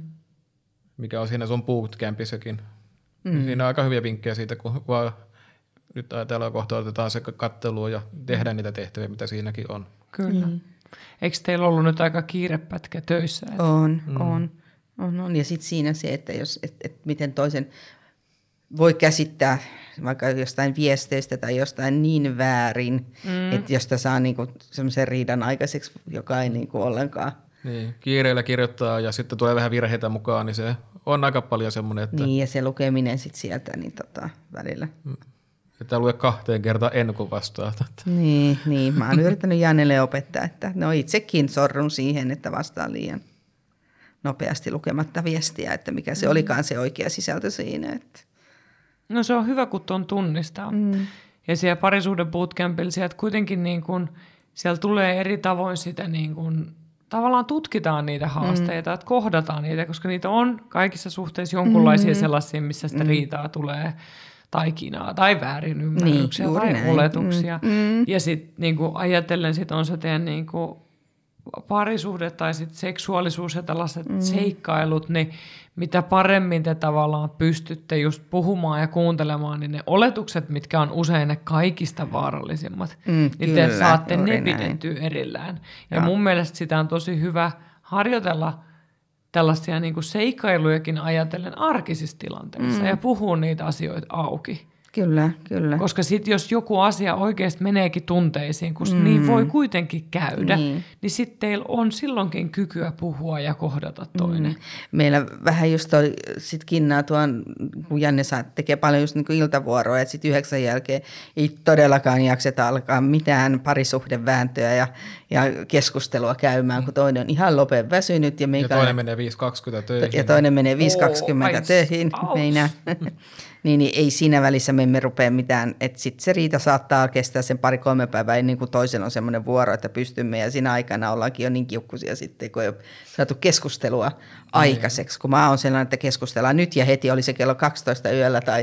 mikä on siinä sun bootcampissakin. Mm. Siinä on aika hyviä vinkkejä siitä, kun vaan nyt ajatellaan kohta, otetaan se kattelu ja tehdään niitä tehtäviä, mitä siinäkin on. Kyllä. Mm. Eikö teillä ollut nyt aika kiirepätkä töissä? Että... On, mm. on, on, on. Ja sitten siinä se, että jos, et, et miten toisen voi käsittää vaikka jostain viesteistä tai jostain niin väärin, mm. että josta saa niinku semmoisen riidan aikaiseksi, joka ei niinku ollenkaan. Niin, kiireellä kirjoittaa ja sitten tulee vähän virheitä mukaan, niin se on aika paljon semmoinen, että... Niin, ja se lukeminen sitten sieltä niin tota, välillä. Että lue kahteen kertaan ennen kuin vastaa. Niin, niin, mä oon yrittänyt Jannelle opettaa, että no itsekin sorrun siihen, että vastaan liian nopeasti lukematta viestiä, että mikä se mm. olikaan se oikea sisältö siinä. Että. No se on hyvä, kun tuon tunnistaa. Mm. Ja siellä parisuuden bootcampilla sieltä kuitenkin niin kun, siellä tulee eri tavoin sitä niin kun, tavallaan tutkitaan niitä haasteita, mm. että kohdataan niitä, koska niitä on kaikissa suhteissa jonkunlaisia mm. sellaisia, missä sitä mm. riitaa tulee tai kinaa tai väärinymmärryksiä niin, tai näin. Oletuksia. Mm. Mm. Ja sitten niinku, ajatellen sit on se teidän niinku, parisuhde tai sit seksuaalisuus ja tällaiset mm. seikkailut, niin mitä paremmin te tavallaan pystytte just puhumaan ja kuuntelemaan, niin ne oletukset, mitkä on usein ne kaikista vaarallisimmat, mm, niin kyllä, te saatte ne pidettyä erillään. Ja, ja mun mielestä sitä on tosi hyvä harjoitella tällaisia niin kuin seikkailujakin ajatellen arkisissa tilanteissa mm. ja puhua niitä asioita auki. Kyllä, kyllä. Koska sitten jos joku asia oikeasti meneekin tunteisiin, kun mm. niin voi kuitenkin käydä, niin, niin sitten teillä on silloinkin kykyä puhua ja kohdata toinen. Mm. Meillä vähän just toi, sit kinnaa tuon, kun Janne saa, tekee paljon just niin kuin iltavuoroa, että sitten yhdeksän jälkeen ei todellakaan jakseta alkaa mitään parisuhdevääntöä ja, ja keskustelua käymään, kun toinen on ihan lopen väsynyt. Ja, ja toinen menee viisi kaksikymmentä töihin. Ja toinen menee viisi kaksikymmentä oh, töihin. Meinaa. niin, niin ei siinä välissä me emme rupea mitään. Että sitten se riita saattaa kestää sen pari-kolme päivää ennen kuin toisen on semmoinen vuoro, että pystymme. Ja siinä aikana ollaankin jo niin kiukkuisia sitten, kun ei ole saatu keskustelua aikaiseksi. Kun mä oon sellainen, että keskustellaan nyt ja heti, oli se kello kaksitoista yöllä tai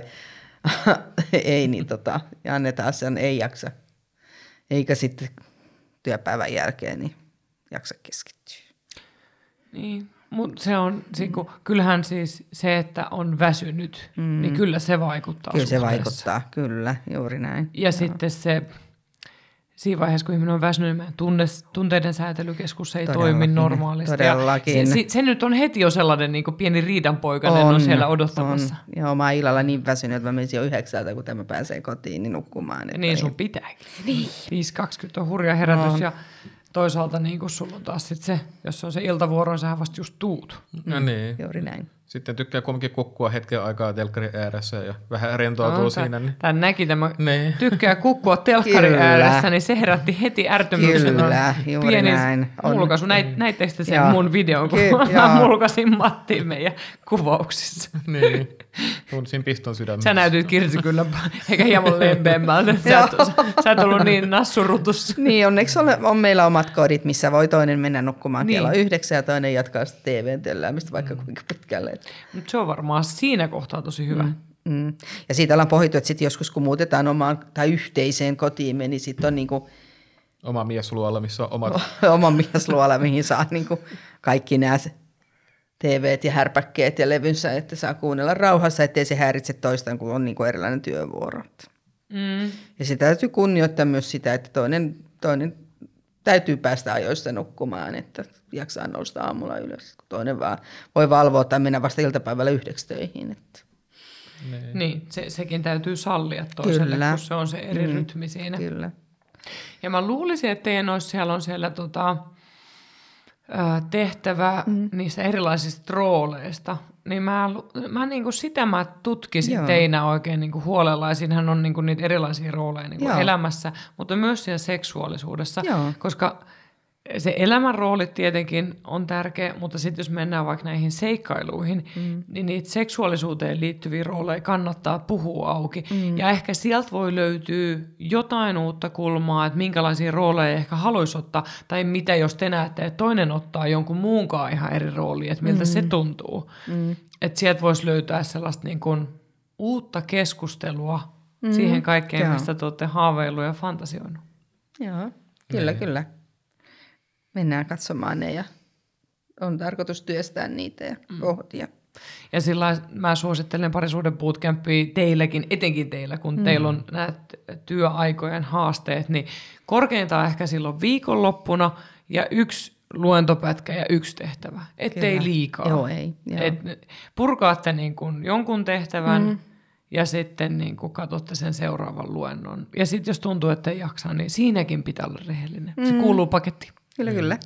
ei, niin tota, ja annetaan sen, ei jaksa. Eikä sitten työpäivän jälkeen niin jaksa keskittyä. Niin, mutta se on, mm. kyllähän siis se, että on väsynyt, mm. niin kyllä se vaikuttaa. Kyllä se vaikuttaa, kyllä, juuri näin. Ja Joo. sitten se, siinä vaiheessa, kun ihminen on väsynyt, niin tunne, tunteiden säätelykeskus ei todellakin, toimi normaalisti. Todellakin. Se, se, se nyt on heti jo sellainen niin kuin pieni riidanpoikainen on, on siellä odottamassa. On. Joo, mä oon illalla niin väsynyt, että mä menisin jo yhdeksältä, kun tämä pääsee kotiin, niin nukkumaan. Että niin sun ei. pitääkin. Niin. viisi kaksikymmentä on hurja herätys no. ja toisaalta niin kun sulla on taas sit se, jos on se iltavuoro, niin sähän vasta just tuut. No niin. Juuri näin. Sitten tykkää kumminkin kukkua hetken aikaa telkkarin ääressä ja vähän rentoutuu no, siinä. Niin. Tämän näki tämä niin. Tykkää kukkua telkkarin ääressä, niin se herätti heti ärtymyksen. Kyllä, juuri pieni näin. mulkaisu. Näit, näittekö te sen mun videon, kun Ky- mä mulkaisin Mattiin meidän kuvauksissa? Niin, tunsin piston sydämessä. Sä näytyt Kirsi kyllä, eikä hieman lempeämmältä. Sä, sä et ollut niin nassurutussa. Niin, onneksi on, on meillä omat kodit, missä voi toinen mennä nukkumaan niin. kello yhdeksän ja toinen jatkaa sitä T V:n tölläämistä vaikka kuinka pitkälle. Mutta se on varmaan siinä kohtaa tosi hyvä. Mm, mm. Ja siitä ollaan pohjittu, että sitten joskus kun muutetaan omaan tai yhteiseen kotiimme, niin sitten on niinku oma miesluola, missä on omat... oma miesluola, mihin saa niinku kaikki nämä T V:t ja härpäkkeet ja levynsä, että saa kuunnella rauhassa, ettei se häiritse toistaan, kun on niinku erilainen työvuoro. Mm. Ja sitä täytyy kunnioittaa myös sitä, että toinen, toinen täytyy päästä ajoissa nukkumaan, että jaksaa nousta aamulla ylös. Toinen vaan voi valvoa tai mennä vasta iltapäivällä yhdeksi töihin. Että. Niin, niin se, sekin täytyy sallia toiselle, Kyllä. kun se on se eri mm. rytmi siinä. Kyllä. Ja mä luulisin, että teidän olisi, siellä on siellä tota, tehtävä mm. niistä erilaisista rooleista. Niin mä, mä niinku sitä mä tutkisin Joo. teinä oikein niinku huolella, ja siinähän on niinku niitä erilaisia rooleja niinku elämässä, mutta myös siellä seksuaalisuudessa, Joo. koska se elämän rooli tietenkin on tärkeä, mutta sitten jos mennään vaikka näihin seikkailuihin, mm. niin niitä seksuaalisuuteen liittyviä rooleja kannattaa puhua auki. Mm. Ja ehkä sieltä voi löytyä jotain uutta kulmaa, että minkälaisia rooleja ehkä haluaisi ottaa, tai mitä jos te näette, että toinen ottaa jonkun muunkaan ihan eri roolia, että miltä mm. se tuntuu. Mm. Että sieltä voisi löytää sellaista niin kuin uutta keskustelua mm. siihen kaikkeen, Joo. mistä te olette haaveillut ja fantasioinut. Joo, kyllä, mm. kyllä. Mennään katsomaan ne ja on tarkoitus työstää niitä ja mm. pohtia. Ja sillä mä suosittelen parisuuden bootcampia teillekin, etenkin teillä, kun mm. teillä on nämä työaikojen haasteet, niin korkeintaan ehkä silloin viikonloppuna ja yksi luentopätkä ja yksi tehtävä, ettei Kyllä. liikaa. Joo, ei. Joo. Et purkaatte niin kuin jonkun tehtävän mm. ja sitten niin kuin katsotte sen seuraavan luennon. Ja sitten jos tuntuu, että ei jaksa, niin siinäkin pitää olla rehellinen. Se mm. kuuluu pakettiin. Kyllä, kyllä.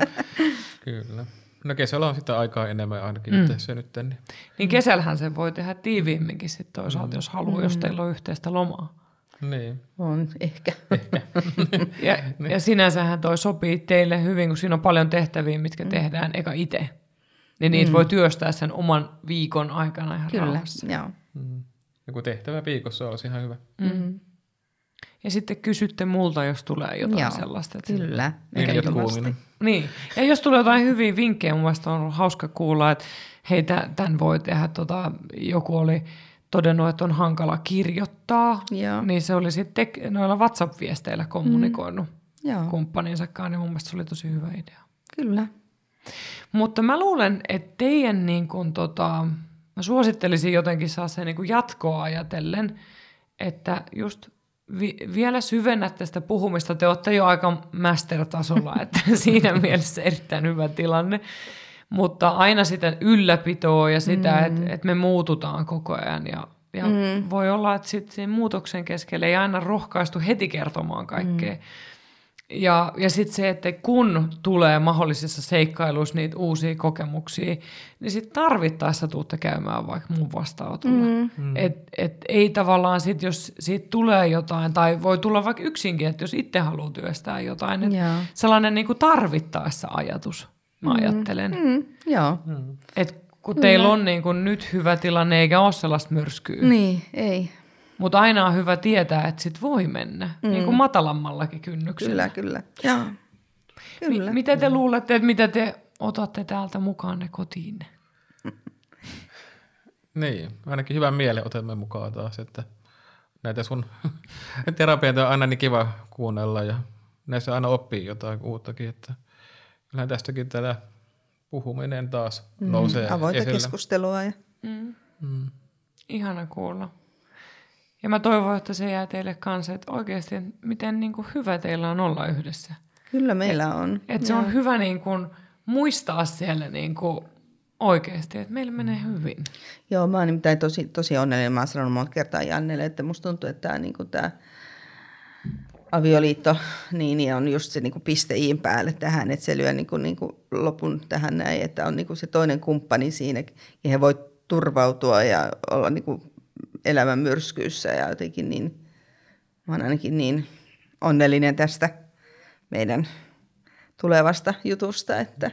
Kyllä. No kesällä on sitä aikaa enemmän ainakin mm. se nyt. Niin. niin kesällähän se voi tehdä tiiviimminkin sitten toisaalta, mm. jos haluaa, mm. jos teillä on yhteistä lomaa. Niin. On, ehkä. ehkä. ja, niin. ja sinänsähän toi sopii teille hyvin, kun siinä on paljon tehtäviä, mitkä mm. tehdään eka itse. Niin niitä mm. voi työstää sen oman viikon aikana ihan Kyllä, rauhassa. joo. Mm. Joku tehtävä viikossa olisi ihan hyvä. Mm. Ja sitten kysytte multa, jos tulee jotain Joo, sellaista. Että kyllä. Niin, niin. Ja jos tulee jotain hyviä vinkkejä, mun mielestä on hauska kuulla, että hei, tämän voi tehdä, tota, joku oli todennut, että on hankala kirjoittaa, Joo. niin se oli sitten te- noilla WhatsApp-viesteillä kommunikoinut mm. kumppaninsakaan, niin mun mielestä se oli tosi hyvä idea. Kyllä. Mutta mä luulen, että teidän niin kun, tota, mä suosittelisin jotenkin saa sen niin kun jatkoa ajatellen, että just Vi- vielä syvennätte sitä puhumista. Te olette jo aika master-tasolla, että siinä mielessä erittäin hyvä tilanne. Mutta aina sitä ylläpitoa ja sitä, mm. että et me muututaan koko ajan. Ja, ja mm. voi olla, että sitten sen muutoksen keskellä ei aina rohkaistu heti kertomaan kaikkea. Mm. Ja, ja sitten se, että kun tulee mahdollisissa seikkailuissa niitä uusia kokemuksia, niin sitten tarvittaessa tuutte käymään vaikka mun vastaanotolla. Mm. Mm. Et, et ei tavallaan sit, jos siitä tulee jotain, tai voi tulla vaikka yksinkin, että jos itse haluaa työstää jotain, että sellainen niin kuin tarvittaessa ajatus, mä mm. ajattelen. Mm. Joo. Mm. Et kun teillä on niin kuin nyt hyvä tilanne, eikä ole sellaista myrskyä. Niin, ei. Mutta aina on hyvä tietää, että sit voi mennä, mm. niin kuin matalammallakin kynnyksellä. Kyllä, kyllä. Joo. Kyllä. M- mitä te luulette, että mitä te otatte täältä mukaan kotiin? Niin, ainakin hyvän mielen otamme mukaan taas, että näitä sun terapioita on aina niin kiva kuunnella ja näissä aina oppii jotain uuttakin, että kyllähän tästäkin tätä puhuminen taas mm. nousee avointa esille. Keskustelua. Ja... Mm. Mm. Ihana kuulla. Ja mä toivon, että se jää teille kanssa, että oikeasti miten niin kuin hyvä teillä on olla yhdessä. Kyllä meillä on. Että et se on hyvä niin kuin muistaa siellä niin kuin oikeasti, että meillä menee hyvin. Joo, mä oon nimittäin tosi, tosi onnellinen. Mä oon sanonut monta kertaa Jannelle, että musta tuntuu, että tämä niin kuin tämä avioliitto niin, niin on just se niin kuin piste iin päälle tähän, että se lyö niin kuin, niin kuin lopun tähän näin, että on niin kuin se toinen kumppani siinä, ja he voi turvautua ja olla niin kuin elämän myrskyissä ja jotenkin niin, mä oon ainakin niin onnellinen tästä meidän tulevasta jutusta, että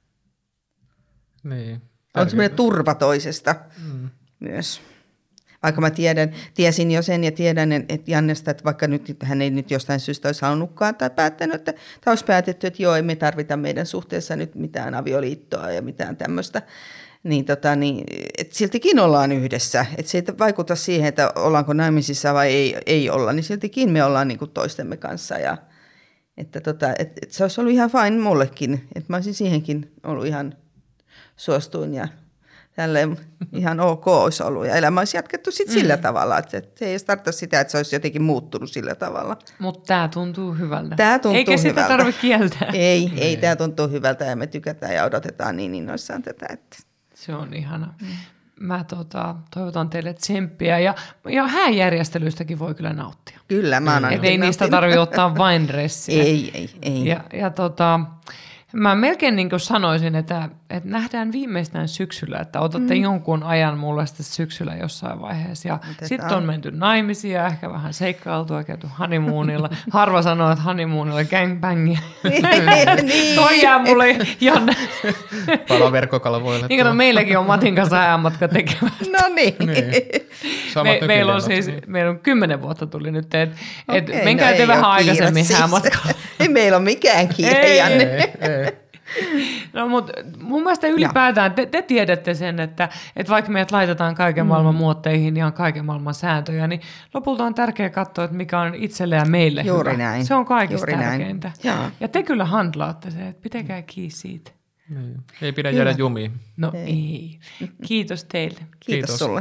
niin, on semmoinen turva toisesta mm. myös. Vaikka mä tiedän, tiesin jo sen ja tiedän, että Jannesta, että vaikka nyt hän ei nyt jostain syystä olisi halunnutkaan tai päättänyt, että tai olisi päätetty, että joo, ei me tarvita meidän suhteessa nyt mitään avioliittoa ja mitään tämmöistä, niin, tota, niin että siltikin ollaan yhdessä. Että se ei vaikuta siihen, että ollaanko naimisissa vai ei, ei olla, niin siltikin me ollaan niin kuin toistemme kanssa. Ja, että tota, et, et se olisi ollut ihan fine mullekin, että mä olisin siihenkin ollut ihan suostuin ja tälleen ihan ok olisi ollut. Ja elämä olisi jatkettu sitten mm. sillä tavalla, että se ei edes tarvitse sitä, että se olisi jotenkin muuttunut sillä tavalla. Mutta tämä tuntuu hyvältä. Tämä tuntuu Eikä hyvältä. sitä tarvitse kieltää. Ei, ei tämä tuntuu hyvältä ja me tykätään ja odotetaan niin innoissaan tätä. Että. Se on ihana. Mm. Mä tota, toivotan teille tsemppiä ja, ja hääjärjestelyistäkin voi kyllä nauttia. Kyllä, mä oon ainakin ei niistä tarvitse ottaa vain dressiä. Ei, ei, ei. Ja, ja tota, mä melkein niin kuin sanoisin, että, että nähdään viimeistään syksyllä, että otatte mm. jonkun ajan mulle sitten syksyllä jossain vaiheessa. Ja sitten on menty naimisia, ehkä vähän seikkailtua, käyty honeymoonilla. Harva sanoo, että honeymoonilla gangbangia. Niin. Toi jää mulle Janne. Palo verkkokalvoille. Niin kato, meilläkin on Matin kanssa häämatka tekemästä. No niin. niin. Me, meillä on siis, meillä on kymmenen vuotta tuli nyt, että et okay, menkää no te vähän aikaisemmin siis. Häämatkalla. Ei meillä ole mikään kiire, Janne. Ei, ei. No mutta mun mielestä ylipäätään te, te tiedätte sen, että, että vaikka meidät laitetaan kaiken maailman mm. muotteihin ja on kaiken maailman sääntöjä, niin lopulta on tärkeää katsoa, että mikä on itselle ja meille Juuri hyvä. Näin. Se on kaikista Juuri tärkeintä. Ja. ja te kyllä handlaatte se, että pitäkää kiinni siitä. Niin. Ei pidä jäädä jumiin. No ei. ei. Kiitos teille. Kiitos, Kiitos sulle.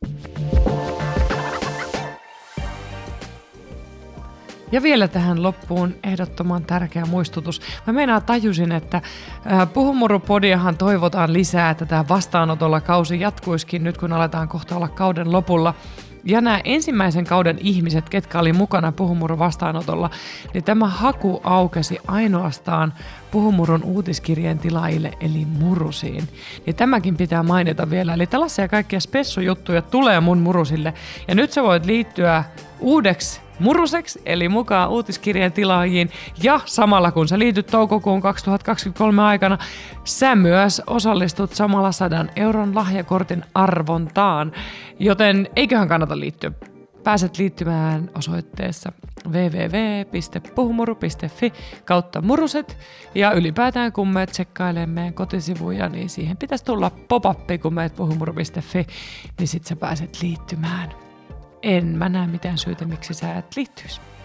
Ja vielä tähän loppuun ehdottoman tärkeä muistutus. Mä meinaan tajusin, että Puhumuru-podiahan toivotaan lisää, että tämä vastaanotolla kausi jatkuisikin nyt, kun aletaan kohta olla kauden lopulla. Ja nämä ensimmäisen kauden ihmiset, ketkä oli mukana Puhumurun vastaanotolla, niin tämä haku aukesi ainoastaan Puhumurun uutiskirjeen tilaajille, eli murusiin. Ja tämäkin pitää mainita vielä, eli tällaisia kaikkia spessujuttuja tulee mun murusille. Ja nyt sä voit liittyä uudeksi muruseksi, eli mukaan uutiskirjeen tilaajiin, ja samalla kun sä liityt toukokuun kaksituhattakaksikymmentäkolme aikana, sä myös osallistut samalla sadan euron lahjakortin arvontaan, joten eiköhän kannata liittyä. Pääset liittymään osoitteessa double-u double-u double-u piste puhumuru piste fi kautta muruset, ja ylipäätään kun me tsekkailemaan meidän kotisivuja, niin siihen pitäisi tulla pop-up, kun meet puhumuru piste fi, niin sit sä pääset liittymään. En mä näe mitään syytä, miksi sä et liittyisi.